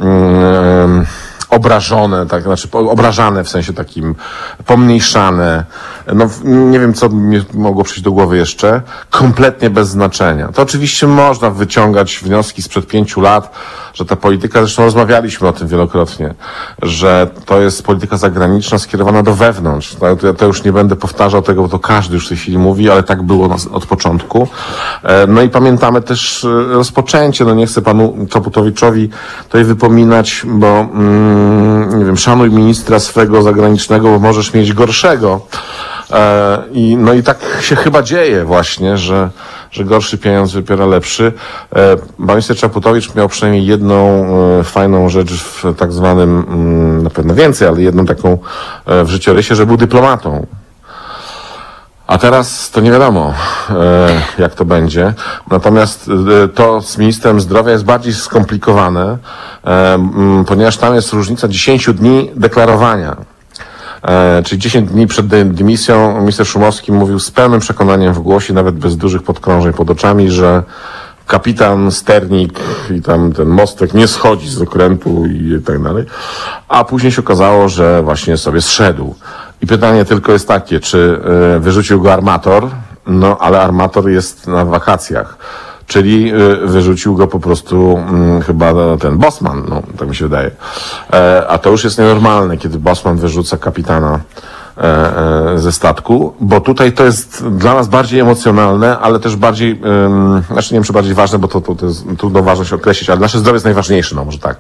obrażone, tak, znaczy obrażane w sensie takim, pomniejszane, no nie wiem co mi mogło przyjść do głowy jeszcze, kompletnie bez znaczenia. To oczywiście można wyciągać wnioski sprzed 5 lat, że ta polityka, zresztą rozmawialiśmy o tym wielokrotnie, że to jest polityka zagraniczna skierowana do wewnątrz. To już nie będę powtarzał tego, bo to każdy już w tej chwili mówi, ale tak było od początku. No i pamiętamy też rozpoczęcie, no nie chcę panu Czaputowiczowi tutaj wypominać, bo nie wiem, szanuj ministra swego zagranicznego, bo możesz mieć gorszego. No i tak się chyba dzieje właśnie, że gorszy pieniądz wypiera lepszy. Pan minister Czaputowicz miał przynajmniej jedną fajną rzecz w tak zwanym, na pewno więcej, ale jedną taką w życiorysie, że był dyplomatą. A teraz to nie wiadomo, jak to będzie. Natomiast to z ministrem zdrowia jest bardziej skomplikowane, ponieważ tam jest różnica 10 dni deklarowania. Czyli 10 dni przed dymisją minister Szumowski mówił z pełnym przekonaniem w głosie, nawet bez dużych podkrążeń pod oczami, że kapitan sternik i tam ten mostek nie schodzi z okrętu i tak dalej. A później się okazało, że właśnie sobie zszedł. I pytanie tylko jest takie, czy wyrzucił go armator? No, ale armator jest na wakacjach. Czyli wyrzucił go po prostu chyba ten Bosman, no tak mi się wydaje. A to już jest nienormalne, kiedy Bosman wyrzuca kapitana ze statku, bo tutaj to jest dla nas bardziej emocjonalne, ale też bardziej, znaczy nie wiem, czy bardziej ważne, bo to jest trudno ważność określić, ale nasze zdrowie jest najważniejsze, no może tak.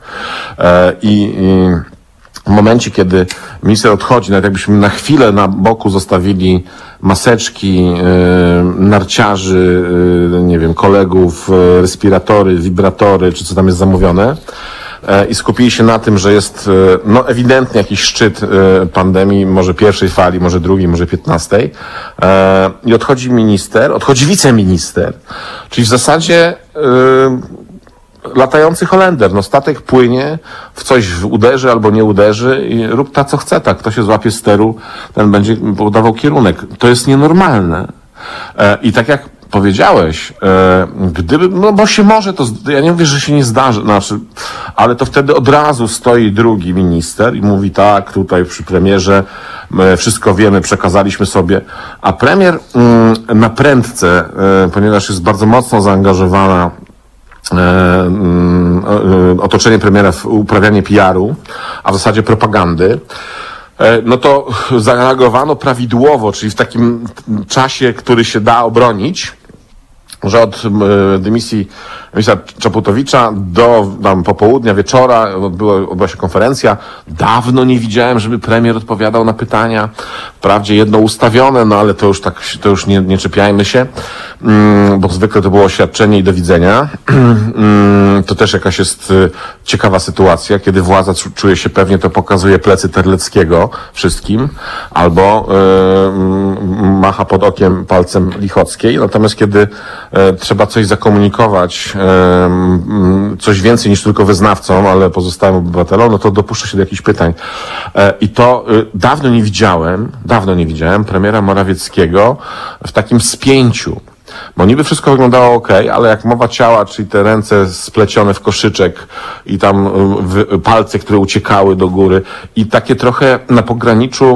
W momencie, kiedy minister odchodzi, nawet jakbyśmy na chwilę na boku zostawili maseczki, narciarzy, nie wiem, kolegów, respiratory, wibratory, czy co tam jest zamówione, i skupili się na tym, że jest no ewidentnie jakiś szczyt pandemii, może pierwszej fali, może drugiej, może 15. I odchodzi minister, odchodzi wiceminister, czyli w zasadzie latający Holender, no statek płynie, w coś uderzy albo nie uderzy i rób ta co chce, tak, kto się złapie steru, ten będzie podawał kierunek. To jest nienormalne. I tak jak powiedziałeś, gdyby, no bo się może to, ja nie mówię, że się nie zdarzy, znaczy, ale to wtedy od razu stoi drugi minister i mówi tak, tutaj przy premierze my wszystko wiemy, przekazaliśmy sobie, a premier na prędce, ponieważ jest bardzo mocno zaangażowana otoczenie premiera w uprawianie PR-u, a w zasadzie propagandy, no to zareagowano prawidłowo, czyli w takim czasie, który się da obronić, że od dymisji ministra Czaputowicza do tam popołudnia, wieczora odbyła się konferencja. Dawno nie widziałem, żeby premier odpowiadał na pytania. Wprawdzie jedno ustawione, no ale to już nie czepiajmy się, bo zwykle to było oświadczenie i do widzenia. To też jakaś jest ciekawa sytuacja, kiedy władza czuje się pewnie, to pokazuje plecy Terleckiego wszystkim, albo macha pod okiem palcem Lichockiej. Natomiast kiedy trzeba coś zakomunikować coś więcej niż tylko wyznawcą, ale pozostałym obywatelom, no to dopuszcza się do jakichś pytań. I to dawno nie widziałem premiera Morawieckiego w takim spięciu. Bo niby wszystko wyglądało okej, ale jak mowa ciała, czyli te ręce splecione w koszyczek i tam palce, które uciekały do góry i takie trochę na pograniczu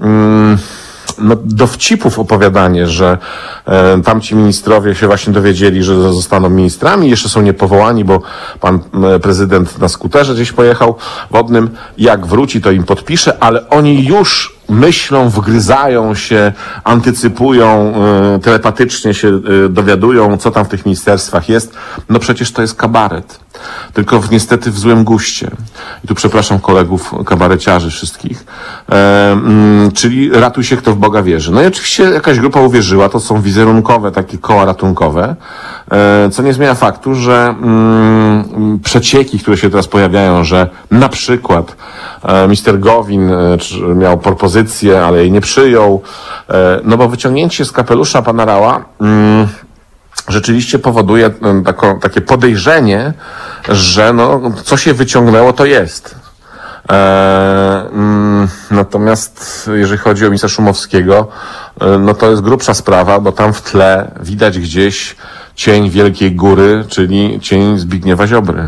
dowcipów opowiadanie, że tamci ministrowie się właśnie dowiedzieli, że zostaną ministrami, jeszcze są niepowołani, bo pan prezydent na skuterze gdzieś pojechał wodnym, jak wróci, to im podpisze, ale oni już myślą, wgryzają się, antycypują, telepatycznie się dowiadują, co tam w tych ministerstwach jest. No przecież to jest kabaret. Tylko niestety w złym guście. I tu przepraszam kolegów kabareciarzy wszystkich. Czyli ratuj się, kto w Boga wierzy. No i oczywiście jakaś grupa uwierzyła, to są wizerunkowe takie koła ratunkowe, co nie zmienia faktu, że przecieki, które się teraz pojawiają, że na przykład minister Gowin miał propozycję, ale jej nie przyjął, no bo wyciągnięcie z kapelusza pana Rała rzeczywiście powoduje takie podejrzenie, że no, co się wyciągnęło, to jest. Natomiast jeżeli chodzi o ministra Szumowskiego, no to jest grubsza sprawa, bo tam w tle widać gdzieś cień Wielkiej Góry, czyli cień Zbigniewa Ziobry.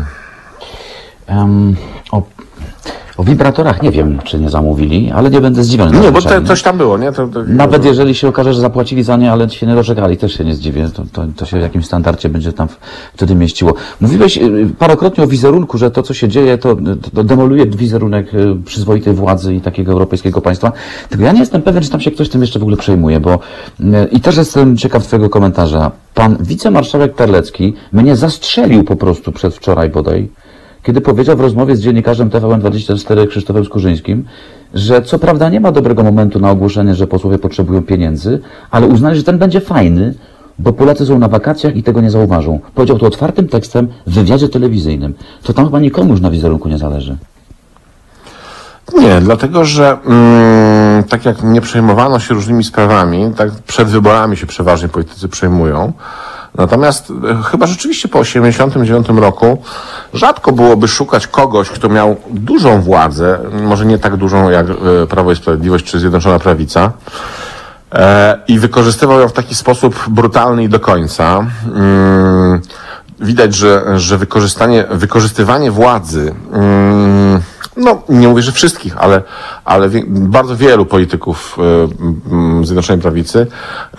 O wibratorach nie wiem, czy nie zamówili, ale nie będę zdziwiony. Nie, bo coś tam było, nie? Nawet jeżeli się okaże, że zapłacili za nie, ale się nie doczekali, też się nie zdziwię. To się w jakimś standardzie będzie tam wtedy mieściło. Mówiłeś parokrotnie o wizerunku, że to, co się dzieje, to demoluje wizerunek przyzwoitej władzy i takiego europejskiego państwa. Tylko ja nie jestem pewien, czy tam się ktoś tym jeszcze w ogóle przejmuje, bo i też jestem ciekaw twojego komentarza. Pan wicemarszałek Terlecki mnie zastrzelił po prostu przedwczoraj bodaj, kiedy powiedział w rozmowie z dziennikarzem TVN24 Krzysztofem Skurzyńskim, że co prawda nie ma dobrego momentu na ogłoszenie, że posłowie potrzebują pieniędzy, ale uznali, że ten będzie fajny, bo Polacy są na wakacjach i tego nie zauważą. Powiedział to otwartym tekstem w wywiadzie telewizyjnym. To tam chyba nikomu już na wizerunku nie zależy. Nie, dlatego że tak jak nie przejmowano się różnymi sprawami, tak przed wyborami się przeważnie politycy przejmują. Natomiast chyba rzeczywiście po 1989 roku rzadko byłoby szukać kogoś, kto miał dużą władzę, może nie tak dużą jak Prawo i Sprawiedliwość czy Zjednoczona Prawica, i wykorzystywał ją w taki sposób brutalny i do końca. Widać, że wykorzystywanie władzy, no nie mówię, że wszystkich, ale bardzo wielu polityków Zjednoczonej Prawicy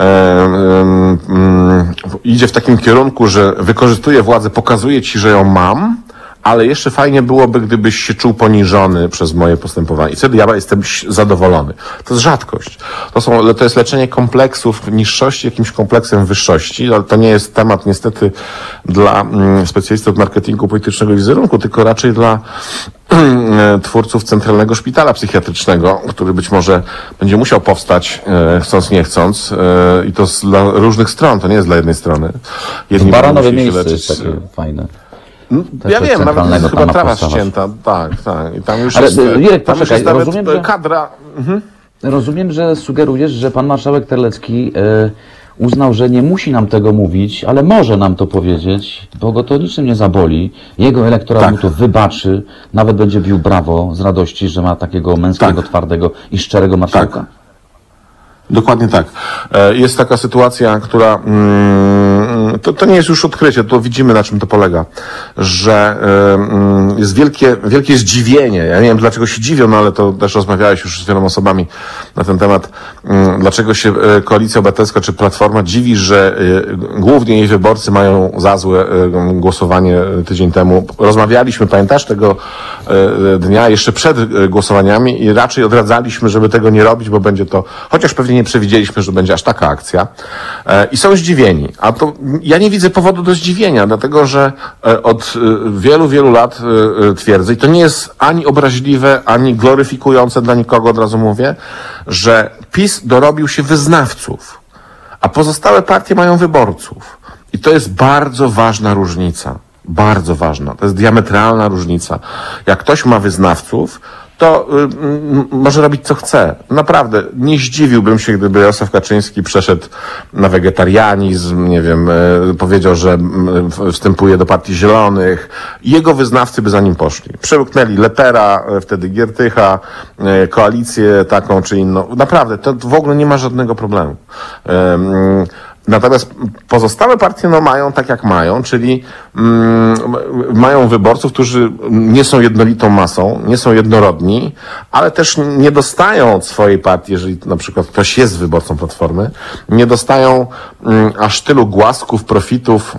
idzie w takim kierunku, że wykorzystuje władzę, pokazuje ci, że ją mam, ale jeszcze fajnie byłoby, gdybyś się czuł poniżony przez moje postępowanie. I wtedy ja jestem zadowolony. To jest rzadkość. To jest leczenie kompleksów niższości jakimś kompleksem wyższości, ale to nie jest temat niestety dla specjalistów od marketingu politycznego i wizerunku, tylko raczej dla twórców Centralnego Szpitala Psychiatrycznego, który być może będzie musiał powstać, chcąc nie chcąc, i to dla różnych stron, to nie jest dla jednej strony. Jedni Baranowe miejsce jest takie fajne. Ja wiem, nawet chyba trawa ścięta, tak. I tam już jest, Jurek, tam już jest nawet kadra. Rozumiem, że sugerujesz, że pan marszałek Terlecki uznał, że nie musi nam tego mówić, ale może nam to powiedzieć, bo go to niczym nie zaboli. Jego elektorat mu to wybaczy, nawet będzie bił brawo z radości, że ma takiego męskiego, twardego i szczerego marszałka. Tak. Dokładnie tak. Jest taka sytuacja, która, to nie jest już odkrycie, to widzimy, na czym to polega, że jest wielkie zdziwienie. Ja nie wiem, dlaczego się dziwią, no ale to też rozmawiałeś już z wieloma osobami na ten temat, dlaczego się Koalicja Obywatelska czy Platforma dziwi, że głównie jej wyborcy mają za złe głosowanie tydzień temu. Rozmawialiśmy, pamiętasz, tego dnia jeszcze przed głosowaniami i raczej odradzaliśmy, żeby tego nie robić, bo będzie to, chociaż pewnie nie przewidzieliśmy, że będzie aż taka akcja. I są zdziwieni. A to ja nie widzę powodu do zdziwienia, dlatego że od wielu, wielu lat twierdzę, i to nie jest ani obraźliwe, ani gloryfikujące dla nikogo, od razu mówię, że PiS dorobił się wyznawców, a pozostałe partie mają wyborców. I to jest bardzo ważna różnica. Bardzo ważna. To jest diametralna różnica. Jak ktoś ma wyznawców, to może robić co chce. Naprawdę, nie zdziwiłbym się, gdyby Jarosław Kaczyński przeszedł na wegetarianizm, nie wiem, powiedział, że wstępuje do Partii Zielonych. Jego wyznawcy by za nim poszli. Przełknęli Lepera, wtedy Giertycha, koalicję taką czy inną. Naprawdę, to w ogóle nie ma żadnego problemu. Natomiast pozostałe partie mają tak jak mają, czyli mają wyborców, którzy nie są jednolitą masą, nie są jednorodni, ale też nie dostają od swojej partii, jeżeli na przykład ktoś jest wyborcą Platformy, nie dostają aż tylu głasków, profitów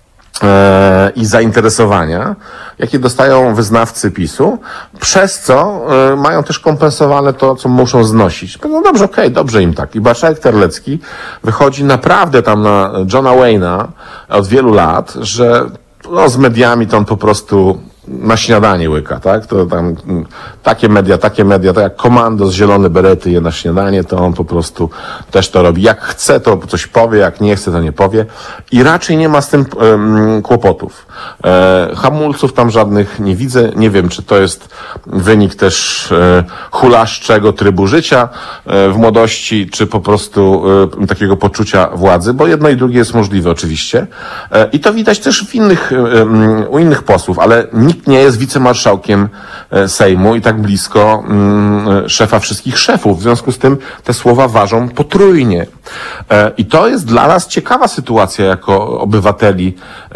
i zainteresowania, jakie dostają wyznawcy PiS-u, przez co mają też kompensowane to, co muszą znosić. No dobrze, okej, dobrze im tak. I marszałek Terlecki wychodzi naprawdę tam na Johna Wayne'a od wielu lat, że no, z mediami to on po prostu na śniadanie łyka, tak? To tam takie media, tak jak Komando z Zielone Berety je na śniadanie, to on po prostu też to robi. Jak chce, to coś powie, jak nie chce, to nie powie. I raczej nie ma z tym kłopotów. Hamulców tam żadnych nie widzę. Nie wiem, czy to jest wynik też hulaszczego trybu życia w młodości, czy po prostu takiego poczucia władzy, bo jedno i drugie jest możliwe oczywiście. I to widać też u innych posłów, ale nikt nie jest wicemarszałkiem Sejmu i tak blisko szefa wszystkich szefów. W związku z tym te słowa ważą potrójnie. I to jest dla nas ciekawa sytuacja jako obywateli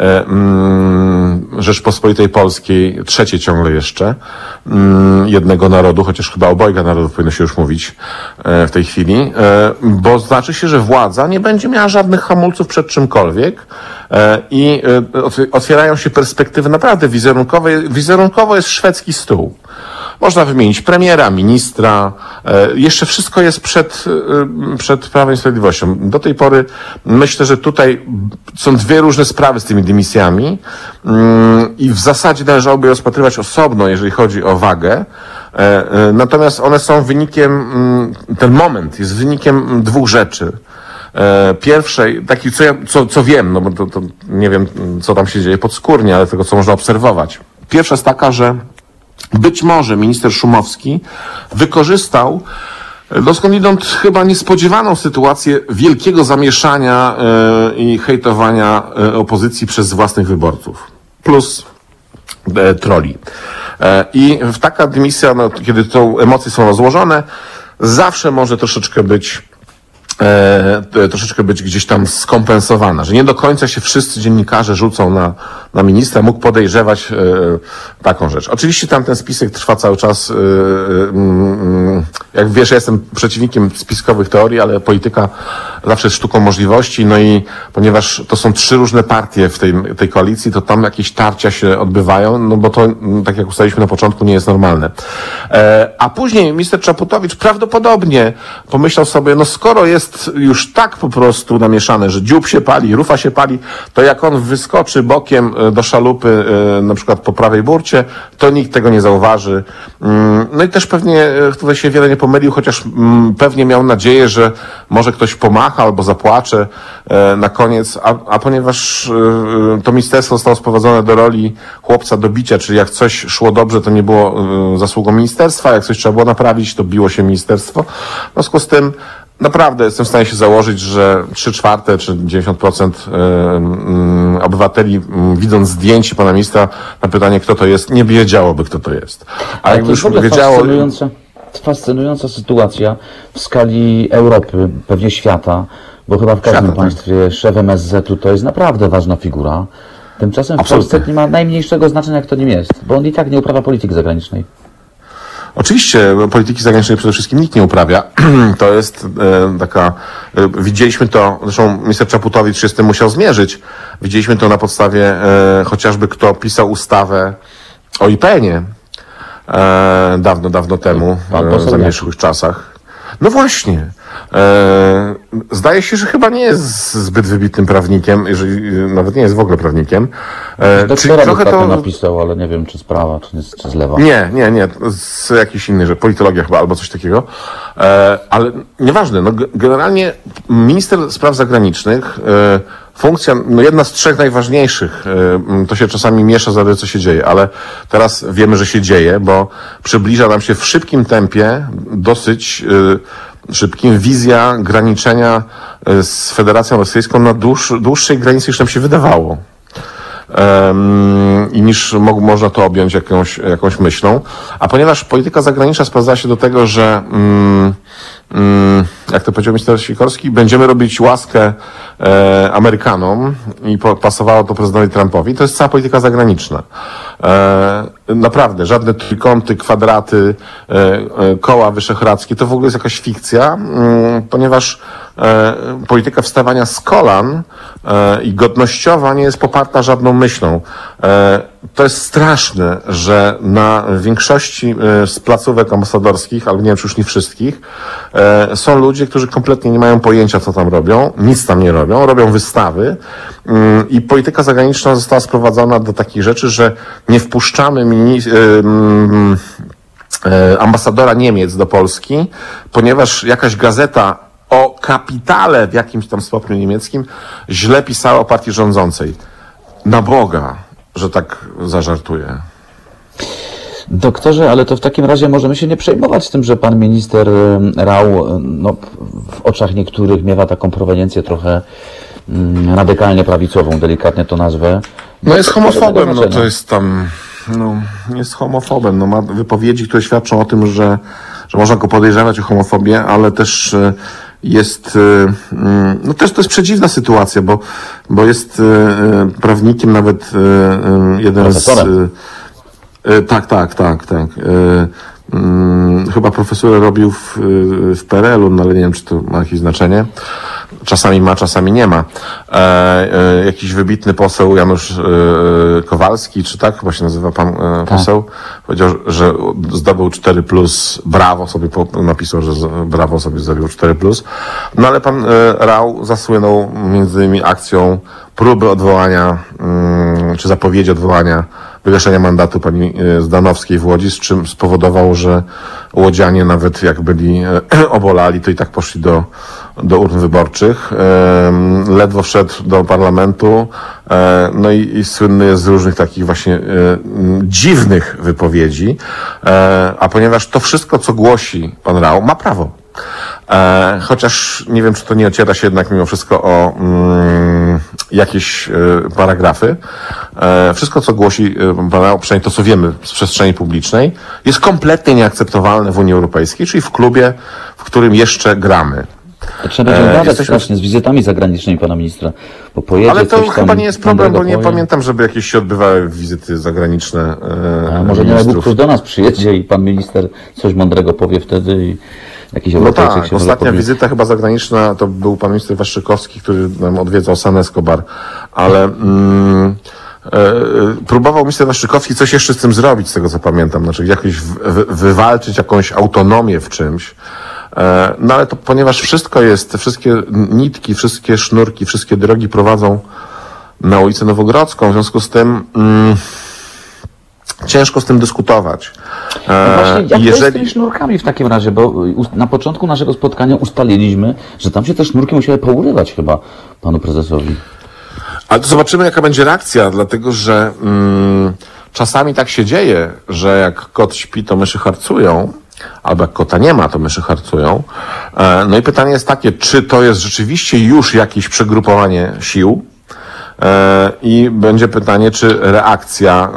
Rzeczpospolitej Polskiej, trzeciej ciągle jeszcze, jednego narodu, chociaż chyba obojga narodów powinno się już mówić w tej chwili, bo znaczy się, że władza nie będzie miała żadnych hamulców przed czymkolwiek i otwierają się perspektywy naprawdę wizerunkowe. Wizerunkowo jest szwedzki stół. Można wymienić premiera, ministra. Jeszcze wszystko jest przed Prawem i Sprawiedliwością. Do tej pory myślę, że tutaj są dwie różne sprawy z tymi dymisjami i w zasadzie należałoby je rozpatrywać osobno, jeżeli chodzi o wagę. Natomiast one są wynikiem, ten moment jest wynikiem dwóch rzeczy. Pierwszej, taki co wiem, no bo to nie wiem, co tam się dzieje podskórnie, ale tego, co można obserwować. Pierwsza jest taka, że być może minister Szumowski wykorzystał skądinąd chyba niespodziewaną sytuację wielkiego zamieszania i hejtowania opozycji przez własnych wyborców. Plus troli. I taka dymisja, no, kiedy to emocje są rozłożone, zawsze może troszeczkę być gdzieś tam skompensowana, że nie do końca się wszyscy dziennikarze rzucą na ministra, mógł podejrzewać taką rzecz. Oczywiście tam ten spisek trwa cały czas, jak wiesz, ja jestem przeciwnikiem spiskowych teorii, ale polityka zawsze jest sztuką możliwości, no i ponieważ to są trzy różne partie w tej koalicji, to tam jakieś tarcia się odbywają, no bo to, tak jak ustaliliśmy na początku, nie jest normalne. A później minister Czaputowicz prawdopodobnie pomyślał sobie, no skoro jest już tak po prostu namieszane, że dziób się pali, rufa się pali, to jak on wyskoczy bokiem do szalupy, na przykład po prawej burcie, to nikt tego nie zauważy. No i też pewnie tutaj się wiele nie pomylił, chociaż pewnie miał nadzieję, że może ktoś pomacha albo zapłacze na koniec, a ponieważ to ministerstwo zostało sprowadzone do roli chłopca do bicia, czyli jak coś szło dobrze, to nie było zasługą ministerstwa, jak coś trzeba było naprawić, to biło się ministerstwo. W związku z tym naprawdę jestem w stanie się założyć, że 3/4 czy 90% obywateli, widząc zdjęcie pana ministra, na pytanie, kto to jest, nie wiedziałoby, kto to jest. A jak już wiedziało... Fascynująca sytuacja w skali Europy, pewnie świata, bo chyba w każdym państwie szef MSZ-u to jest naprawdę ważna figura. Tymczasem w Polsce nie ma najmniejszego znaczenia, kto nim jest, bo on i tak nie uprawia polityki zagranicznej. Oczywiście polityki zagranicznej przede wszystkim nikt nie uprawia. To jest taka... Widzieliśmy to, zresztą minister Czaputowicz się z tym musiał zmierzyć. Widzieliśmy to na podstawie chociażby kto pisał ustawę o IPN-ie dawno temu, w zamierzchłych czasach. No właśnie. Zdaje się, że chyba nie jest zbyt wybitnym prawnikiem, jeżeli nawet nie jest w ogóle prawnikiem. Czyli trochę to napisał, ale nie wiem, czy z prawa, czy z lewa. Nie. Z jakiś inny, że politologia chyba, albo coś takiego. Ale nieważne, no generalnie minister spraw zagranicznych funkcja, no jedna z 3 najważniejszych, to się czasami miesza za co się dzieje, ale teraz wiemy, że się dzieje, bo przybliża nam się w szybkim tempie, dosyć szybkim, wizja graniczenia z Federacją Rosyjską na dłuższej granicy, niż nam się wydawało. I niż można to objąć jakąś myślą. A ponieważ polityka zagraniczna sprowadza się do tego, że jak to powiedział minister Sikorski, będziemy robić łaskę Amerykanom i pasowało to prezydentowi Trumpowi, to jest cała polityka zagraniczna. Naprawdę, żadne trójkąty, kwadraty, koła wyszehradzkie, to w ogóle jest jakaś fikcja, ponieważ polityka wstawania z kolan i godnościowa nie jest poparta żadną myślą. To jest straszne, że na większości z placówek ambasadorskich, albo nie wiem, czy już nie wszystkich, są ludzie, którzy kompletnie nie mają pojęcia, co tam robią, nic tam nie robią wystawy i polityka zagraniczna została sprowadzona do takich rzeczy, że nie wpuszczamy ambasadora Niemiec do Polski, ponieważ jakaś gazeta o kapitale w jakimś tam stopniu niemieckim źle pisała o partii rządzącej. Na Boga, że tak zażartuję. Doktorze, ale to w takim razie możemy się nie przejmować tym, że pan minister Rau w oczach niektórych miewa taką proweniencję trochę radykalnie prawicową, delikatnie to nazwę. No jest homofobem, no to jest tam, jest homofobem, ma wypowiedzi, które świadczą o tym, że można go podejrzewać o homofobię, ale też jest, też to jest przedziwna sytuacja, bo jest prawnikiem, nawet jeden tak. Chyba profesorę robił w PRL-u, no ale nie wiem, czy to ma jakieś znaczenie. Czasami ma, czasami nie ma. Jakiś wybitny poseł Janusz Kowalski, czy tak chyba się nazywa pan poseł, powiedział, że zdobył 4+, brawo sobie napisał, że brawo sobie zrobił 4+. No ale pan Rau zasłynął między innymi akcją próby odwołania, czy zapowiedzi odwołania wygaszenia mandatu pani Zdanowskiej w Łodzi, z czym spowodował, że łodzianie nawet jak byli obolali, to i tak poszli do urn wyborczych. Ledwo wszedł do parlamentu, no i słynny jest z różnych takich właśnie dziwnych wypowiedzi, a ponieważ to wszystko, co głosi pan Rau, ma prawo. Chociaż nie wiem, czy to nie ociera się jednak mimo wszystko o jakieś paragrafy. Wszystko, co głosi pan Rau, przynajmniej to, co wiemy z przestrzeni publicznej, jest kompletnie nieakceptowalne w Unii Europejskiej, czyli w klubie, w którym jeszcze gramy. To trzeba będzie uważać właśnie z wizytami zagranicznymi pana ministra, bo pojedzie. Ale to coś tam chyba nie jest problem, bo nie powie. pamiętam, żeby jakieś się odbywały wizyty zagraniczne. A może nie Bóg ktoś do nas przyjedzie i pan minister coś mądrego powie wtedy i jakiś Europejczyk się ostatnia wizyta chyba zagraniczna to był pan minister Waszczykowski, który nam odwiedzał San Escobar, ale próbował minister Waszczykowski coś jeszcze z tym zrobić, z tego co pamiętam, znaczy jakoś wywalczyć jakąś autonomię w czymś. No ale to ponieważ wszystko jest, wszystkie nitki, wszystkie sznurki, wszystkie drogi prowadzą na ulicę Nowogrodzką, w związku z tym ciężko z tym dyskutować. No właśnie, jak to jest z tymi sznurkami w takim razie, bo na początku naszego spotkania ustaliliśmy, że tam się te sznurki musiały pourywać chyba panu prezesowi. Ale to zobaczymy, jaka będzie reakcja, dlatego że czasami tak się dzieje, że jak kot śpi, to myszy harcują, albo jak kota nie ma, to myszy harcują. No i pytanie jest takie, czy to jest rzeczywiście już jakieś przegrupowanie sił? I będzie pytanie, czy reakcja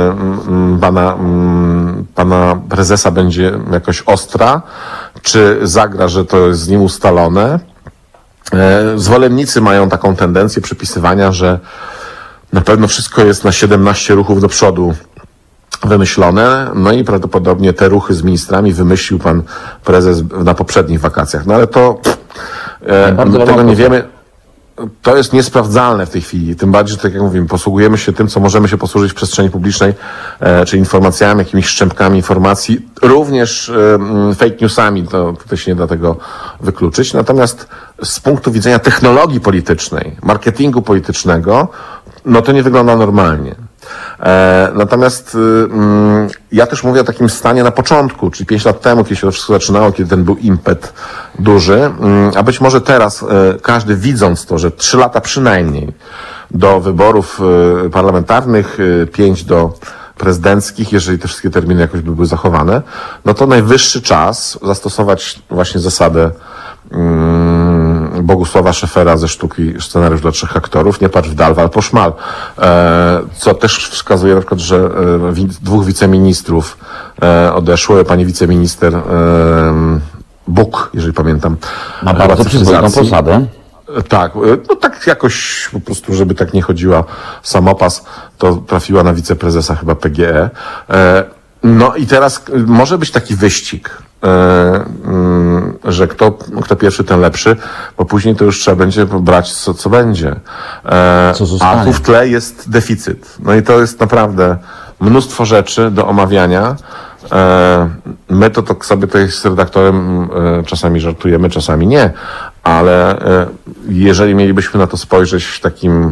pana prezesa będzie jakoś ostra, czy zagra, że to jest z nim ustalone. Zwolennicy mają taką tendencję przypisywania, że na pewno wszystko jest na 17 ruchów do przodu wymyślone, no i prawdopodobnie te ruchy z ministrami wymyślił pan prezes na poprzednich wakacjach. No ale to tego nie wiemy. To jest niesprawdzalne w tej chwili, tym bardziej, że tak jak mówimy, posługujemy się tym, co możemy się posłużyć w przestrzeni publicznej, czyli informacjami, jakimiś szczępkami informacji, również fake newsami, to tutaj się nie da tego wykluczyć. Natomiast z punktu widzenia technologii politycznej, marketingu politycznego, no to nie wygląda normalnie. Natomiast ja też mówię o takim stanie na początku, czyli 5 lat temu, kiedy się to wszystko zaczynało, kiedy ten był impet duży, a być może teraz każdy widząc to, że 3 lata przynajmniej do wyborów parlamentarnych, 5 do prezydenckich, jeżeli te wszystkie terminy jakoś by były zachowane, no to najwyższy czas zastosować właśnie zasadę Bogusława Szefera ze sztuki Scenariusz dla 3 aktorów, nie patrz w dal, wal po szmal. Co też wskazuje na przykład, że 2 wiceministrów odeszło, pani wiceminister Buk, jeżeli pamiętam. Ma bardzo przyzwoitą posadę. Tak, no tak jakoś po prostu, żeby tak nie chodziła samopas, to trafiła na wiceprezesa chyba PGE. No i teraz może być taki wyścig, że kto pierwszy, ten lepszy, bo później to już trzeba będzie brać co będzie. A tu w tle jest deficyt. No i to jest naprawdę mnóstwo rzeczy do omawiania. My to sobie tutaj z redaktorem czasami żartujemy, czasami nie, ale jeżeli mielibyśmy na to spojrzeć takim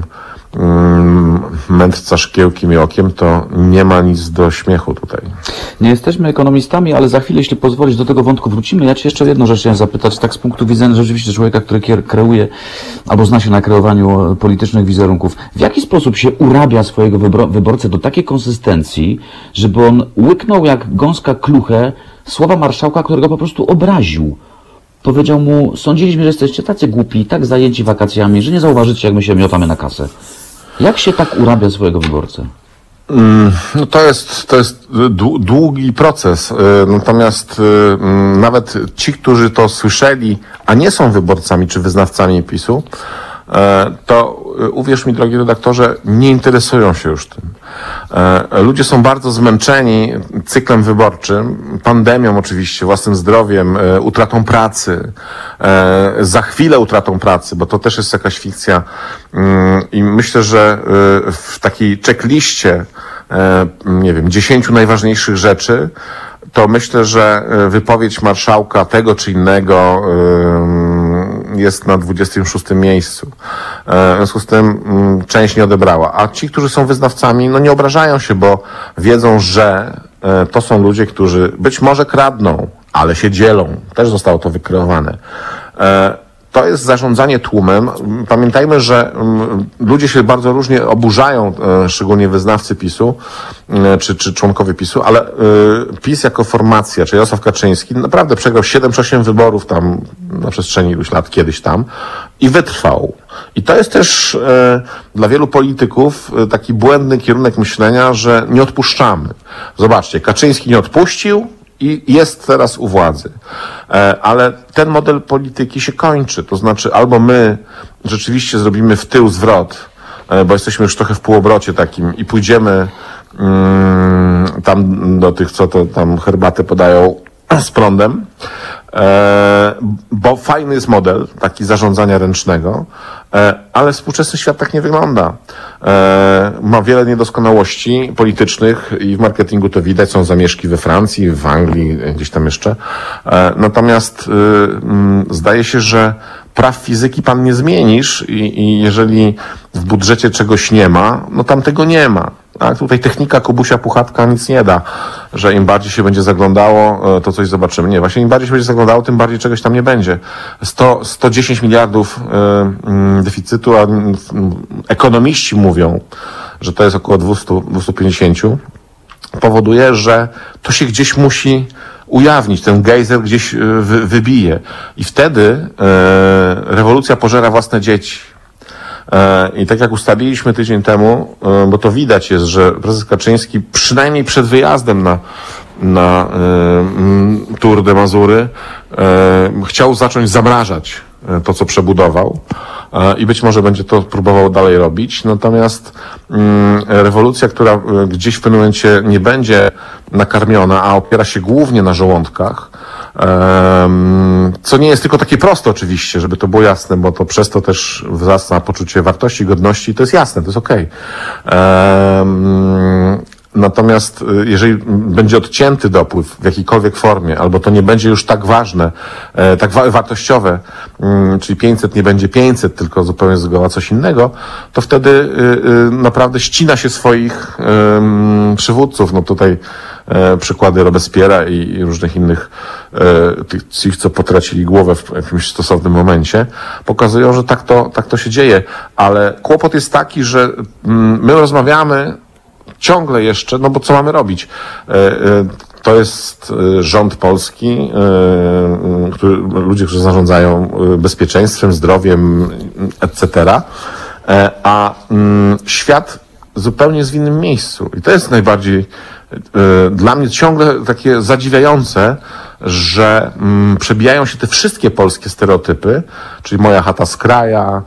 mędrca szkiełkiem i okiem, to nie ma nic do śmiechu tutaj. Nie jesteśmy ekonomistami, ale za chwilę, jeśli pozwolisz, do tego wątku wrócimy. Ja Cię jeszcze jedną rzecz chciałem zapytać, tak z punktu widzenia rzeczywiście człowieka, który kreuje albo zna się na kreowaniu politycznych wizerunków. W jaki sposób się urabia swojego wyborcę do takiej konsystencji, żeby on łyknął jak gąska kluchę słowa marszałka, którego po prostu obraził? Powiedział mu, sądziliśmy, że jesteście tacy głupi, tak zajęci wakacjami, że nie zauważycie, jak my się miotamy na kasę. Jak się tak urabia swojego wyborcę? No to jest długi proces. Natomiast nawet ci, którzy to słyszeli, a nie są wyborcami czy wyznawcami PiS-u, to uwierz mi, drogi redaktorze, nie interesują się już tym. Ludzie są bardzo zmęczeni cyklem wyborczym, pandemią oczywiście, własnym zdrowiem, utratą pracy, za chwilę utratą pracy, bo to też jest jakaś fikcja. I myślę, że w takiej checkliście, nie wiem, 10 najważniejszych rzeczy, to myślę, że wypowiedź marszałka tego czy innego jest na 26. miejscu. W związku z tym część nie odebrała. A ci, którzy są wyznawcami, no nie obrażają się, bo wiedzą, że to są ludzie, którzy być może kradną, ale się dzielą. Też zostało to wykreowane. To jest zarządzanie tłumem. Pamiętajmy, że ludzie się bardzo różnie oburzają, szczególnie wyznawcy PiS-u, czy członkowie PiS-u, ale PiS jako formacja, czy Jarosław Kaczyński, naprawdę przegrał 7 czy 8 wyborów tam na przestrzeni iluś lat, kiedyś tam i wytrwał. I to jest też dla wielu polityków taki błędny kierunek myślenia, że nie odpuszczamy. Zobaczcie, Kaczyński nie odpuścił, i jest teraz u władzy. Ale ten model polityki się kończy. To znaczy albo my rzeczywiście zrobimy w tył zwrot, bo jesteśmy już trochę w półobrocie takim i pójdziemy tam do tych, co to tam herbatę podają z prądem, bo fajny jest model taki zarządzania ręcznego, ale współczesny świat tak nie wygląda. Ma wiele niedoskonałości politycznych i w marketingu to widać. Są zamieszki we Francji, w Anglii, gdzieś tam jeszcze. Natomiast zdaje się, że praw fizyki pan nie zmienisz i jeżeli w budżecie czegoś nie ma, no tam tego nie ma. Tak? Tutaj technika Kubusia Puchatka nic nie da, że im bardziej się będzie zaglądało, to coś zobaczymy. Nie, właśnie im bardziej się będzie zaglądało, tym bardziej czegoś tam nie będzie. 110 miliardów deficytu, a ekonomiści mówią, że to jest około 200-250, powoduje, że to się gdzieś musi ujawnić, ten gejzer gdzieś wybije. I wtedy rewolucja pożera własne dzieci. I tak jak ustaliliśmy tydzień temu, bo to widać jest, że prezes Kaczyński przynajmniej przed wyjazdem na Tour de Mazury chciał zacząć zamrażać to, co przebudował i być może będzie to próbował dalej robić. Natomiast rewolucja, która gdzieś w pewnym momencie nie będzie nakarmiona, a opiera się głównie na żołądkach, co nie jest tylko takie proste oczywiście, żeby to było jasne, bo to przez to też wzrasta poczucie wartości, godności, to jest jasne, to jest okej. Natomiast jeżeli będzie odcięty dopływ w jakiejkolwiek formie, albo to nie będzie już tak ważne, tak wartościowe, czyli 500 nie będzie 500, tylko zupełnie zgoła coś innego, to wtedy naprawdę ścina się swoich przywódców. No tutaj przykłady Robespiera i różnych innych tych, co potracili głowę w jakimś stosownym momencie, pokazują, że tak to się dzieje. Ale kłopot jest taki, że my rozmawiamy ciągle jeszcze, no bo co mamy robić? To jest rząd polski, ludzie, którzy zarządzają bezpieczeństwem, zdrowiem, etc., a świat zupełnie jest w innym miejscu. I to jest najbardziej dla mnie ciągle takie zadziwiające, że przebijają się te wszystkie polskie stereotypy, czyli moja chata z kraja,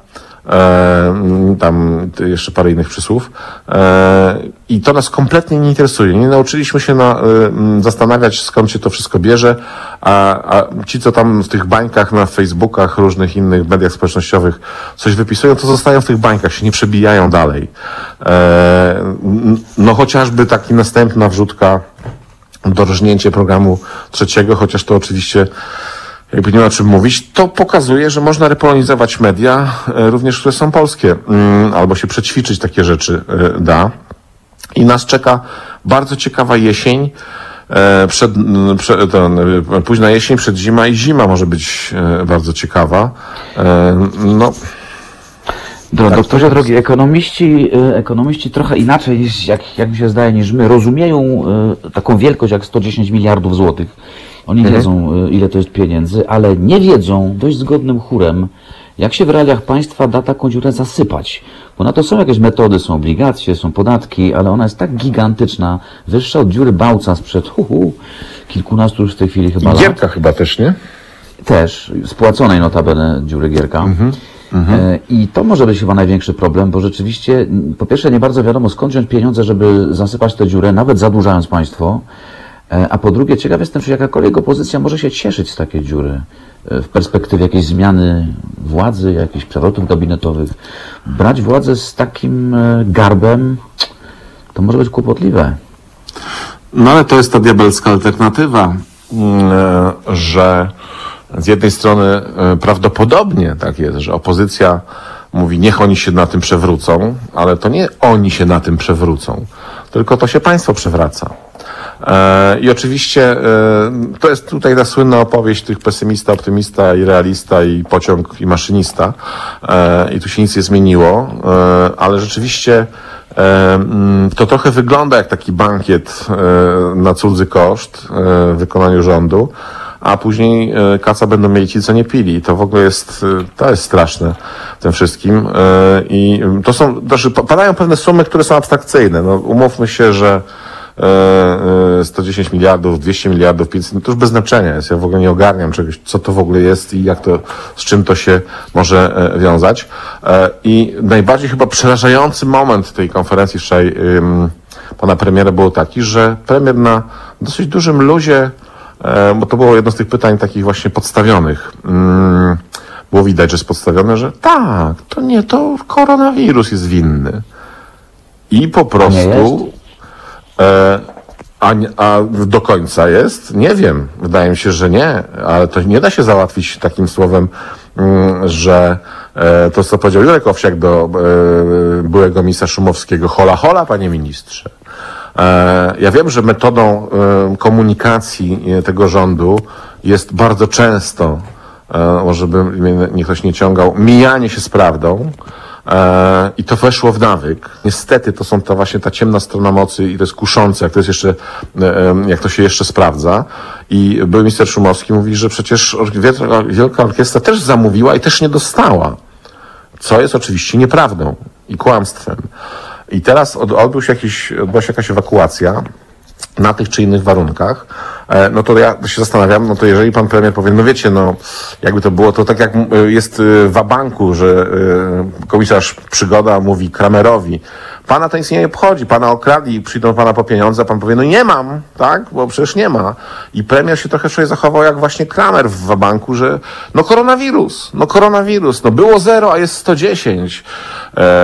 tam jeszcze parę innych przysłów, i to nas kompletnie nie interesuje. Nie nauczyliśmy się zastanawiać, skąd się to wszystko bierze, a ci, co tam w tych bańkach na Facebookach, różnych innych mediach społecznościowych coś wypisują, to zostają w tych bańkach, się nie przebijają dalej. No chociażby taki następna wrzutka, dorżnięcie programu 3, chociaż to oczywiście jakby nie ma o czym mówić, to pokazuje, że można repolonizować media, również które są polskie, albo się przećwiczyć takie rzeczy da. I nas czeka bardzo ciekawa jesień, późna jesień, przedzima i zima może być bardzo ciekawa. No. Doktorze drogi, ekonomiści trochę inaczej niż, jak mi się zdaje, niż my, rozumieją taką wielkość jak 110 miliardów złotych. Oni wiedzą, ile to jest pieniędzy, ale nie wiedzą dość zgodnym chórem, jak się w realiach państwa da taką dziurę zasypać. Bo na to są jakieś metody, są obligacje, są podatki, ale ona jest tak gigantyczna, wyższa od dziury Bałca sprzed kilkunastu już w tej chwili chyba lat. Gierka chyba też, nie? Też, spłaconej notabene dziury Gierka. I to może być chyba największy problem, bo rzeczywiście, po pierwsze nie bardzo wiadomo, skąd wziąć pieniądze, żeby zasypać tę dziurę, nawet zadłużając państwo. A po drugie, ciekaw jestem, czy jakakolwiek opozycja może się cieszyć z takiej dziury w perspektywie jakiejś zmiany władzy, jakichś przewrotów gabinetowych. Brać władzę z takim garbem, to może być kłopotliwe. No ale to jest ta diabelska alternatywa, że z jednej strony prawdopodobnie tak jest, że opozycja mówi, niech oni się na tym przewrócą, ale to nie oni się na tym przewrócą, tylko to się państwo przewraca. I oczywiście to jest tutaj ta słynna opowieść tych pesymista, optymista i realista i pociąg i maszynista. I tu się nic nie zmieniło, ale rzeczywiście to trochę wygląda jak taki bankiet na cudzy koszt w wykonaniu rządu, a później kaca będą mieli ci, co nie pili. I to w ogóle jest straszne w tym wszystkim. I to są, też padają pewne sumy, które są abstrakcyjne. No, umówmy się, że 110 miliardów, 200 miliardów, 500, no to już bez znaczenia jest. Ja w ogóle nie ogarniam czegoś, co to w ogóle jest i z czym to się może wiązać. I najbardziej chyba przerażający moment tej konferencji wczoraj pana premiera był taki, że premier na dosyć dużym luzie, bo to było jedno z tych pytań takich właśnie podstawionych, było widać, że jest podstawione, że tak, to koronawirus jest winny. I po prostu... A do końca jest? Nie wiem. Wydaje mi się, że nie, ale to nie da się załatwić takim słowem, że to, co powiedział Jurek Owsiak do byłego ministra Szumowskiego, hola, hola, panie ministrze. Ja wiem, że metodą komunikacji tego rządu jest bardzo często, może by mnie ktoś nie ciągał, mijanie się z prawdą. I to weszło w nawyk. Niestety to są właśnie ta ciemna strona mocy i to jest kuszące, jak to się jeszcze sprawdza. I były minister Szumowski mówi, że przecież Wielka Orkiestra też zamówiła i też nie dostała. Co jest oczywiście nieprawdą i kłamstwem. I teraz odbyła się jakaś ewakuacja na tych czy innych warunkach, no to ja się zastanawiam, no to jeżeli pan premier powie, no wiecie, no jakby to było, to tak jak jest w wabanku, że komisarz Przygoda mówi Kramerowi, pana to nic nie obchodzi, pana okradli, przyjdą pana po pieniądze, a pan powie, no nie mam, tak, bo przecież nie ma. I premier się trochę wczoraj zachował jak właśnie Kramer w wabanku, że no koronawirus, no było 0, a jest 110.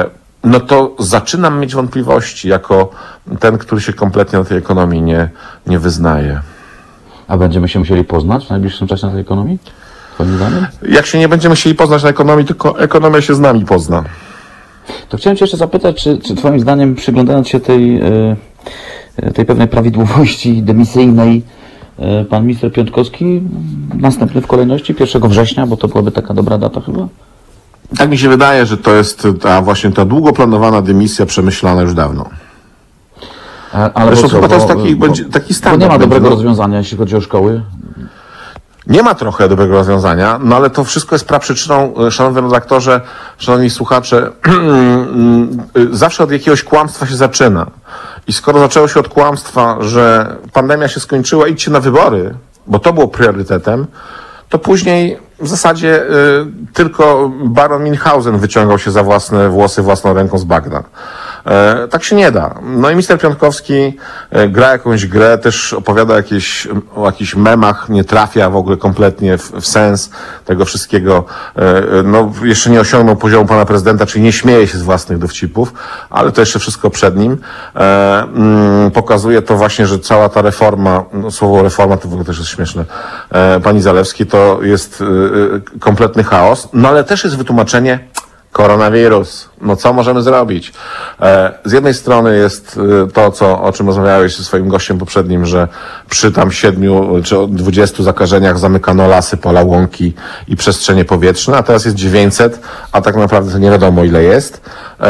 no to zaczynam mieć wątpliwości jako ten, który się kompletnie na tej ekonomii nie wyznaje. A będziemy się musieli poznać w najbliższym czasie na tej ekonomii? Twoim zdaniem? Jak się nie będziemy chcieli poznać na ekonomii, tylko ekonomia się z nami pozna. To chciałem cię jeszcze zapytać, czy twoim zdaniem, przyglądając się tej pewnej prawidłowości demisyjnej, pan minister Piontkowski następny w kolejności 1 września, bo to byłaby taka dobra data chyba? Tak mi się wydaje, że to jest ta długo planowana dymisja przemyślana już dawno. Ale zresztą chyba to jest będzie taki standard. Bo nie ma dobrego rozwiązania, jeśli chodzi o szkoły. Nie ma trochę dobrego rozwiązania, no ale to wszystko jest praprzyczyną, szanowny redaktorze, szanowni słuchacze, zawsze od jakiegoś kłamstwa się zaczyna. I skoro zaczęło się od kłamstwa, że pandemia się skończyła, idźcie na wybory, bo to było priorytetem, to później w zasadzie tylko baron Münchhausen wyciągał się za własne włosy własną ręką z bagna. Tak się nie da. No i minister Piontkowski gra jakąś grę, też opowiada o jakichś memach, nie trafia w ogóle kompletnie w sens tego wszystkiego. No jeszcze nie osiągnął poziomu pana prezydenta, czyli nie śmieje się z własnych dowcipów, ale to jeszcze wszystko przed nim. Pokazuje to właśnie, że cała ta reforma, no słowo reforma to w ogóle też jest śmieszne, pani Zalewskiej, to jest kompletny chaos, no ale też jest wytłumaczenie koronawirus. No co możemy zrobić? Z jednej strony jest to, o czym rozmawiałeś ze swoim gościem poprzednim, że przy tam 7 czy 20 zakażeniach zamykano lasy, pola, łąki i przestrzenie powietrzne, a teraz jest 900, a tak naprawdę to nie wiadomo ile jest.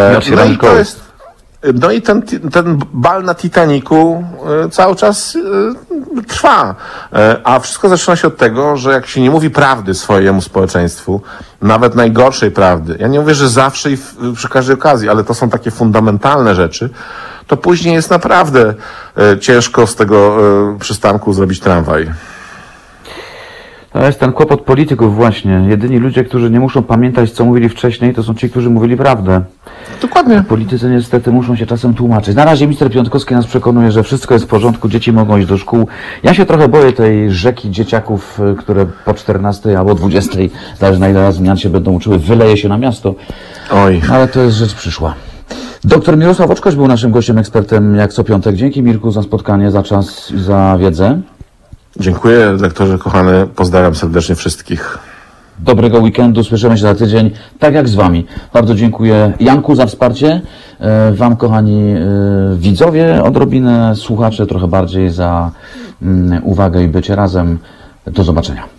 No i ten bal na Titanicu cały czas trwa. A wszystko zaczyna się od tego, że jak się nie mówi prawdy swojemu społeczeństwu, nawet najgorszej prawdy, ja nie mówię, że zawsze i przy każdej okazji, ale to są takie fundamentalne rzeczy, to później jest naprawdę ciężko z tego przystanku zrobić tramwaj. To jest ten kłopot polityków właśnie. Jedyni ludzie, którzy nie muszą pamiętać, co mówili wcześniej, to są ci, którzy mówili prawdę. Dokładnie. Politycy niestety muszą się czasem tłumaczyć. Na razie minister Piontkowski nas przekonuje, że wszystko jest w porządku, dzieci mogą iść do szkół. Ja się trochę boję tej rzeki dzieciaków, które po 14 albo 20, zależy na ile raz zmian się będą uczyły, wyleje się na miasto. Oj. Ale to jest rzecz przyszła. Doktor Mirosław Oczkoś był naszym gościem, ekspertem jak co piątek. Dzięki Mirku za spotkanie, za czas i za wiedzę. Dziękuję, redaktorze kochany. Pozdrawiam serdecznie wszystkich. Dobrego weekendu, słyszymy się za tydzień, tak jak z Wami. Bardzo dziękuję Janku za wsparcie, Wam kochani widzowie odrobinę, słuchacze trochę bardziej za uwagę i bycie razem. Do zobaczenia.